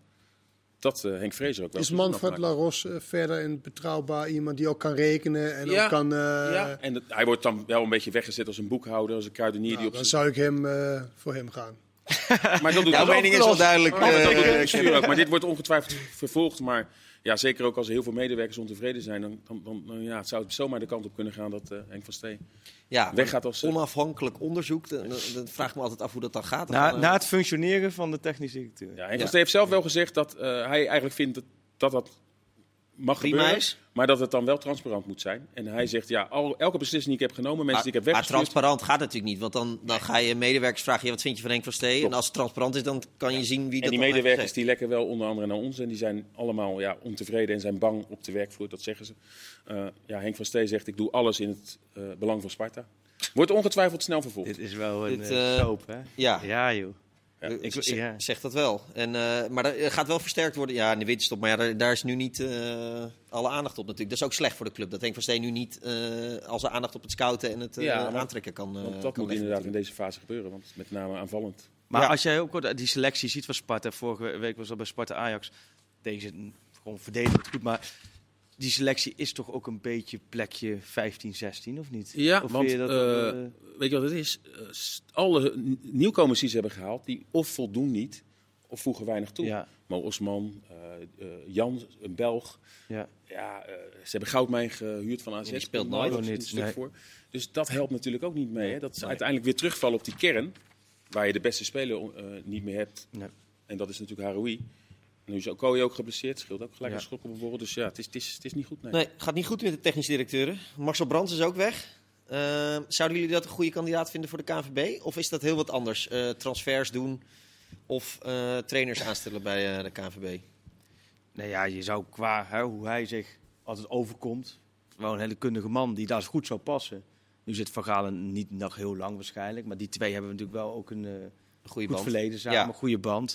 dat uh, Henk Vrezen ook wel... is zijn zin Manfred afmaakt. Laros uh, verder een betrouwbaar iemand die ook kan rekenen en Ja, ook kan... eh, Ja, en dat, hij wordt dan wel een beetje weggezet als een boekhouder, als een kruidenier nou, die op dan zijn... zou ik hem uh, voor hem gaan. Maar dat doet Jouw dat mening is wel duidelijk. Maar, dat doet het eh, bestuur ook. Maar dit wordt ongetwijfeld vervolgd. Maar ja, zeker ook als er heel veel medewerkers ontevreden zijn, dan, dan, dan, dan ja, het zou het zomaar de kant op kunnen gaan dat uh, Henk van Stee ja, weggaat als... Uh, onafhankelijk onderzoek. Dan, dan, dan vraag ik me altijd af hoe dat dan gaat. Dan Na, gaan, uh, na het functioneren van de technische directeur. ja, Henk Ja. van Stee heeft zelf wel gezegd dat uh, hij eigenlijk vindt dat dat, dat mag Prima gebeuren, is. maar dat het dan wel transparant moet zijn. En hij zegt, ja, al, elke beslissing die ik heb genomen, mensen maar, die ik heb maar weggestuurd... transparant gaat natuurlijk niet. Want dan, dan ga je medewerkers vragen, ja, wat vind je van Henk van Stee? Klopt. En als het transparant is, dan kan je zien wie dat En die dan medewerkers heeft die lekken wel onder andere naar ons. En die zijn allemaal ja, ontevreden en zijn bang op de werkvloer. Dat zeggen ze. Uh, ja, Henk van Stee zegt, ik doe alles in het uh, belang van Sparta. Wordt ongetwijfeld snel vervolgd. Dit is wel een Dit, uh, uh, soap, hè? Ja. Ja, joh. Ja. Ik, Ik- zeg, ja. zeg dat wel. En, uh, maar dat gaat wel versterkt worden. Ja, in de winterstop. Maar ja, daar, daar is nu niet uh, alle aandacht op natuurlijk. Dat is ook slecht voor de club. Dat Henk van Steen nu niet uh, al zijn aandacht op het scouten en het uh, Ja, want- aantrekken kan uh, Want kan dat moet leggen inderdaad in natuurlijk. deze fase gebeuren. Want met name aanvallend. Maar Ja. als jij ook die selectie ziet van Sparta, vorige week was dat bij Sparta Ajax, deze gewoon verdedigend goed, maar die selectie is toch ook een beetje plekje vijftien, zestien, of niet? Ja, Of want vind je uh, dat, uh, weet je wat het is? Uh, s- alle n- nieuwkomers die ze hebben gehaald, die of voldoen niet, of voegen weinig toe. ja, Mo Osman, uh, uh, Jan, een Belg. ja. Ja, uh, ze hebben Goudmijn gehuurd van A Z. Die speelt Komt nooit. daar een Niet, stuk nee. voor. Dus dat helpt natuurlijk ook niet mee. Hè? Dat ze Nee. uiteindelijk weer terugvallen op die kern, waar je de beste speler uh, niet meer hebt. Nee. En dat is natuurlijk Haroui. Nu is Okoye ook geblesseerd, scheelt ook gelijk Ja. een schok op een borrel. Dus ja, het is, het is, het is niet goed. Nee. Nee, gaat niet goed met de technische directeuren. Marcel Brands is ook weg. Uh, zouden jullie dat een goede kandidaat vinden voor de K N V B? Of is dat heel wat anders? Uh, transfers doen of uh, trainers aanstellen bij uh, de K N V B? Nou ja, je zou qua hè, hoe hij zich altijd overkomt, wel een hele kundige man die daar goed zou passen. Nu zit Van Gaalen niet nog heel lang waarschijnlijk, maar die twee hebben natuurlijk wel ook een uh, Een goede goed band. verleden samen, Ja. een goede band.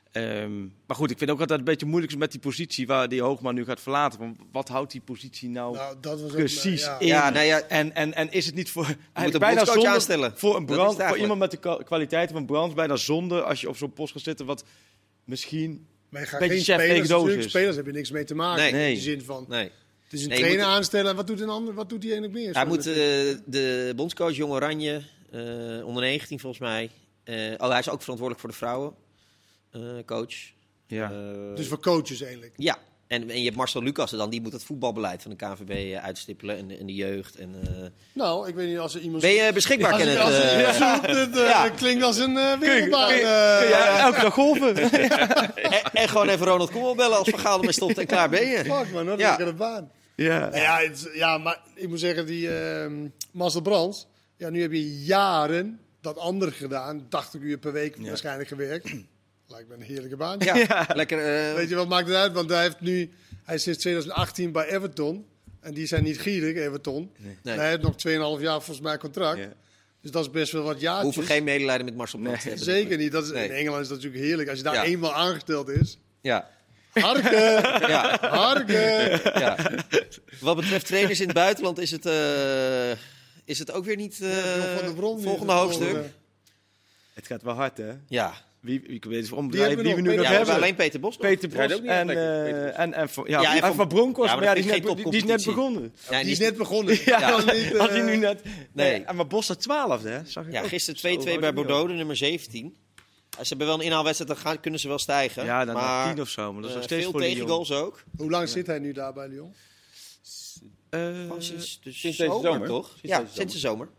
Um, maar goed, ik vind ook altijd een beetje moeilijk met die positie waar die Hoogman nu gaat verlaten. Want wat houdt die positie nou, Nou, dat was ook, precies ja. in? Ja, nou ja, En, en, en is het niet voor je moet eigenlijk een bijna bondscoach zonde aanstellen. voor een Dat is brand, het voor eigenlijk. iemand met de kwa- kwaliteiten van Brands, bijna zonde als je op zo'n post gaat zitten wat misschien... Maar je gaat Beetje geen chef spelers, tegen doos natuurlijk, is. spelers heb je niks mee te maken. Nee. In Nee. de zin van, nee. het is een Nee, je trainer moet- aanstellen. Wat doet een ander? Wat doet hij eigenlijk meer? Hij Zo moet uh, natuurlijk. de bondscoach Jong Oranje, uh, onder negentien volgens mij. Uh, oh, hij is ook verantwoordelijk voor de vrouwen. Uh, coach. Ja. Uh, Dus voor coaches eigenlijk. Ja, en, en je hebt Marcel Lucassen dan, die moet het voetbalbeleid van de K N V B uh, uitstippelen en, en de jeugd. En, uh... Nou, ik weet niet als er iemand... Ben je beschikbaar, als, Kenneth? als er Uh, iemand zoekt, het uh, Ja. klinkt als een uh, Kun je- wereldbaan. kun je- uh, kun je elke dag golven? en, en gewoon even Ronald Koeman bellen als Van Gaal ermee stopt en klaar ben je. Fuck man, dat Ja. is een baan. Ja. Nou ja, het, ja, maar ik moet zeggen, die uh, Marcel Brands... Ja, nu heb je jaren dat andere gedaan. tachtig uur per week Ja. waarschijnlijk gewerkt. Lijkt me een heerlijke baan. Ja, Ja. lekker. Uh, Weet je wat maakt het uit? Want hij heeft nu... Hij is sinds twintig achttien bij Everton. En die zijn niet gierig, Everton. Nee. En hij heeft nog twee komma vijf jaar volgens mij contract. Ja. Dus dat is best wel wat we jaartjes. hoeven geen medelijden met Marcel Brands te Nee, hebben. Zeker niet. Dat is, Nee. In Engeland is dat natuurlijk heerlijk. Als je daar Ja. eenmaal aangesteld is. Ja. Harken! Ja. Harken! Ja. Wat betreft trainers in het buitenland is het, uh, is het ook weer niet uh, Van der Brom, volgende die- hoofdstuk. Het gaat wel hard, hè? Ja, Wie, wie, ik weet niet om Die hebben wie we we nog. nu ja nog we hebben hebben. alleen Peter Bos nog. Peter Rijdt Bos ook niet en, lekker, eh, Peter Bos. en, en, van- ja, Ja, en en Van- Van Bronckhorst. Ja, maar maar dat ja, die, vind is ik net, geen die is net topcompetitie. begonnen. Ja, Die is die- net begonnen. Ja, Dat is niet, eh, had hij nu net... Nee. Nee. En maar Bos staat twaalfde, hè? Zag ik ja, ook. gisteren Zo, twee twee hoor, bij die ook. Bordeaux, de nummer zeventien. Ze hebben wel een inhaalwedstrijd, dan gaan, kunnen ze wel stijgen. Ja, dan maar naar tien of zo. Maar dat is uh, nog steeds veel voor Lyon. tegengoals ook. Hoe lang zit hij nu daar bij Lyon? Eh, Gewoon sinds de sinds deze zomer, zomer. toch? Sinds ja, deze sinds de zomer.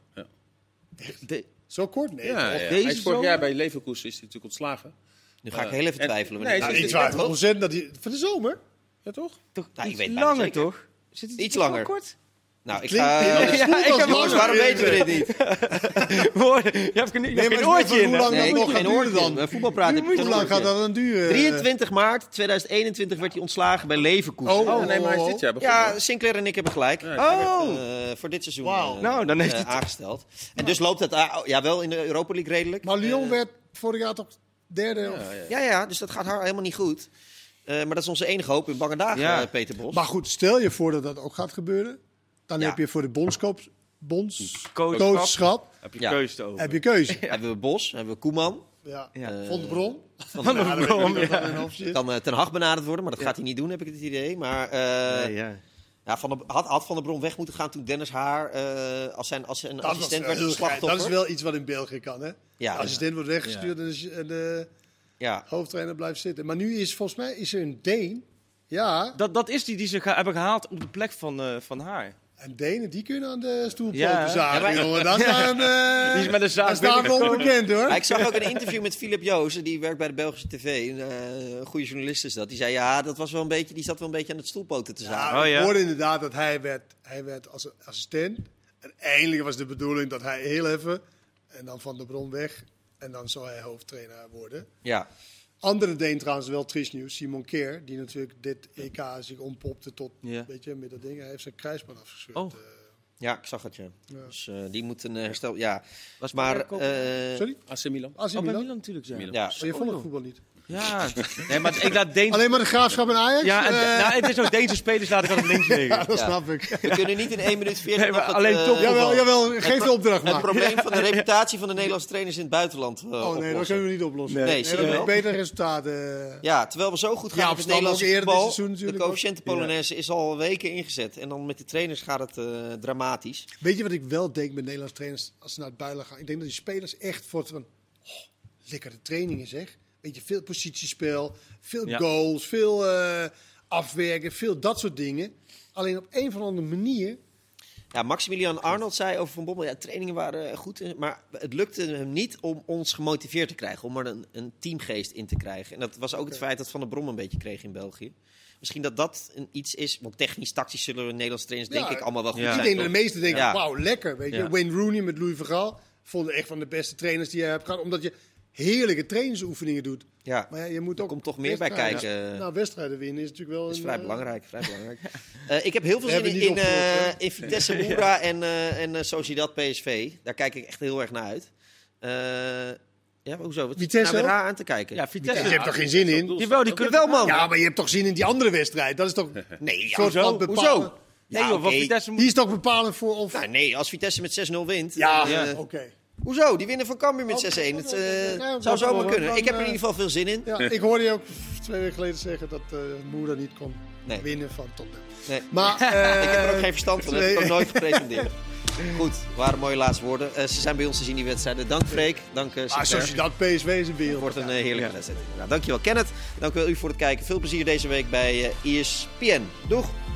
de- Zo kort? Nee. Ja, toch? ja. Deze Hij is vorig zomer? jaar bij Leverkusen is hij natuurlijk ontslagen. Nu ga ik Uh, heel even en- twijfelen. nee, wanneer het het is- Ik is. twijfel ontzettend dat hij... Voor de zomer? Ja, toch? toch Nou, ik iets weet bijna langer, zeker. toch? Zit het Iets wel langer. kort? Nou, ik Klinkt- ga... ja, Ja, dat ja, voelt ik als heb lang, jongens, waarom eerlijk weten we dit gezegd. niet? Hoor, je hebt geen, je hebt Nee, geen maar oortje hoe in, hè? lang Nee, ik dat heb moet geen gaan duren oortje. dan? Bij voetbalpraat heb ik Hoe een lang oortje. gaat dat dan duren? drieëntwintig maart tweeduizend eenentwintig werd hij ontslagen bij Leverkusen. Oh, Oh, nee, maar hij is dit jaar begonnen. Ja, Sinclair en ik hebben gelijk. Ja, Oh! Eh, voor dit seizoen Wauw. eh, Nou, dan heeft eh, hij- aangesteld. En dus loopt het ah, ja, wel in de Europa League redelijk. Maar Lyon Eh, werd vorig jaar toch derde? of- Ja, ja. Ja, ja, dus dat gaat haar helemaal niet goed. Eh, maar dat is onze enige hoop in bange dagen, Ja. eh, Peter Bos. Maar goed, stel je voor dat dat ook gaat gebeuren. Dan Ja. heb je voor de bondskop, Coachschap. bondscoachschap Heb je Ja. keuze te over. heb je keuze. Hebben we Bos, hebben we Koeman. Ja. Ja. Eh, Van de Bron. Van Van de Ja, dan Bron, weet ik dat ja. dat een optie is. Kan uh, Ten Hag benaderd worden, maar dat gaat hij niet doen, heb ik het idee. Maar eh, Nee, ja. ja, van de, had, had Van der Bron weg moeten gaan toen Dennis Haar eh, als zijn, als zijn Dat, was assistent wel werd een heel geil. slachtoffer. Dat is wel iets wat in België kan, hè? Ja, de assistent wordt weggestuurd en de, en de ja. hoofdtrainer blijft zitten. Maar nu is volgens mij is er een Deen. Ja, Dat, dat is die die ze ga- hebben gehaald op de plek van, eh, van haar. en Denen die kunnen aan de stoelpoten Ja. zagen, Ja, maar- jongen. Dat zijn, eh, Die is met een zaag daar staan we binnengekomen. onbekend, hoor. Maar ik zag ook een interview met Philip Joos, die werkt bij de Belgische tv. Een uh, goede journalist is dat. Die zei, ja, dat was wel een beetje, die zat wel een beetje aan het stoelpoten te zagen. Ja, Oh, ik ja. hoorde inderdaad dat hij werd, hij werd als assistent. En eigenlijk was de bedoeling dat hij heel even, en dan Van der Bron weg. En dan zou hij hoofdtrainer worden. Ja, Andere Deen trouwens wel triest nieuws. Simon Keer, die natuurlijk dit E K zich ompopte tot, Ja. weet je, met dat ding. Hij heeft zijn kruisband afgescheurd. Oh. eh. ja, ik zag het, ja. Ja. Dus uh, die moet een uh, herstel... Ja, Was maar... Marco- eh, Sorry? A C Milan. A C Oh, bij Milan? Milan natuurlijk, ja. Milan. ja, Maar je vond het voetbal niet. Ja, nee, maar ik laat Deen... Alleen maar de Graafschap en Ajax? Ja, en, Eh, nou, het is ook Deense spelers laat ik altijd links liggen. dat Ja. snap ik. we kunnen niet in één minuut veertien Nee, maar nog het, alleen eh, top- Jawel, jawel, geef de opdracht het maar. probleem van de reputatie van de Nederlandse trainers in het buitenland uh, Oh nee, dat oplossen. kunnen we niet oplossen. Nee. Nee, Nee, zie dat je is wel. beter resultaten. Ja, terwijl we zo goed gaan Ja, met het verstand Nederlandse ook eerder dit voetbal. seizoen De natuurlijk ook. coëfficiënten Polonaise is al weken ingezet. En dan met de trainers gaat het uh, dramatisch. Weet je wat ik wel denk met Nederlandse trainers als ze naar het buitenland gaan? Ik denk dat die spelers echt voor het van, oh, lekkere trainingen zeg. Weet je, veel positiespel, veel Ja. goals, veel uh, afwerken, veel dat soort dingen. Alleen op een of andere manier. Ja, Maximilian Arnold zei over Van Bommel, ja, trainingen waren goed, maar het lukte hem niet om ons gemotiveerd te krijgen, om er een, een teamgeest in te krijgen. En dat was ook het feit dat Van der Brom een beetje kreeg in België. Misschien dat dat een iets is, want technisch, tactisch zullen we Nederlandse trainers denk Ja, ik allemaal wel goed ja. zijn. ik denk dat toch? de meesten denken, Ja. wauw, lekker. Weet je, Ja. Wayne Rooney met Louis van Gaal vonden echt van de beste trainers die je hebt gehad, omdat je heerlijke trainingsoefeningen doet. Ja, Maar ja, je moet ook komt toch meer bij wedstrijden- kijken. Nou, wedstrijden winnen is natuurlijk wel dat is een, vrij eh, belangrijk. Vrij belangrijk. Uh, ik heb heel veel We zin hebben in, niet in, uh, opgelost, hè? in Vitesse Moura en, uh, en uh, Sociedad P S V. Daar kijk ik echt heel erg naar uit. Uh, ja, hoezo? Wat zit Vitesse nou weer ook? raar aan te kijken? Ja, Vitesse. Je hebt toch geen zin in? Jawel, die kunnen Jawel, man. Ja, maar je hebt toch zin in die andere wedstrijd? Dat is toch Nee, ja, soort hoezo? van bepalen- Hoezo? Nee, Ja, joh, van oké. Vitesse moet... Die is toch bepalend voor of... Nou, nee, als Vitesse met zes nul wint. ja, dan, uh, oké. Hoezo? Die winnen van Cambuur met Oh, zes één. Het uh, ja, zou dan- zomaar dan- kunnen. dan, Ik heb er in uh, ieder geval veel zin in. Ja, ik hoorde je ook twee weken geleden zeggen dat uh, Moera niet kon Nee. winnen van Tottenham. Nee. Maar, uh, Ik heb er ook geen verstand van. Dat heb ik ook nee. nooit gepretendeerd. Goed, waren mooie laatste woorden. Uh, ze zijn bij ons te zien, die wedstrijden. Dank Freek. Dank uh, Ah, Sinclair. zoals je dat P S V is een Het wereld. wordt een uh, heerlijke wedstrijd. Nou, dankjewel Kenneth. Dank u wel u voor het kijken. Veel plezier deze week bij uh, E S P N. Doeg!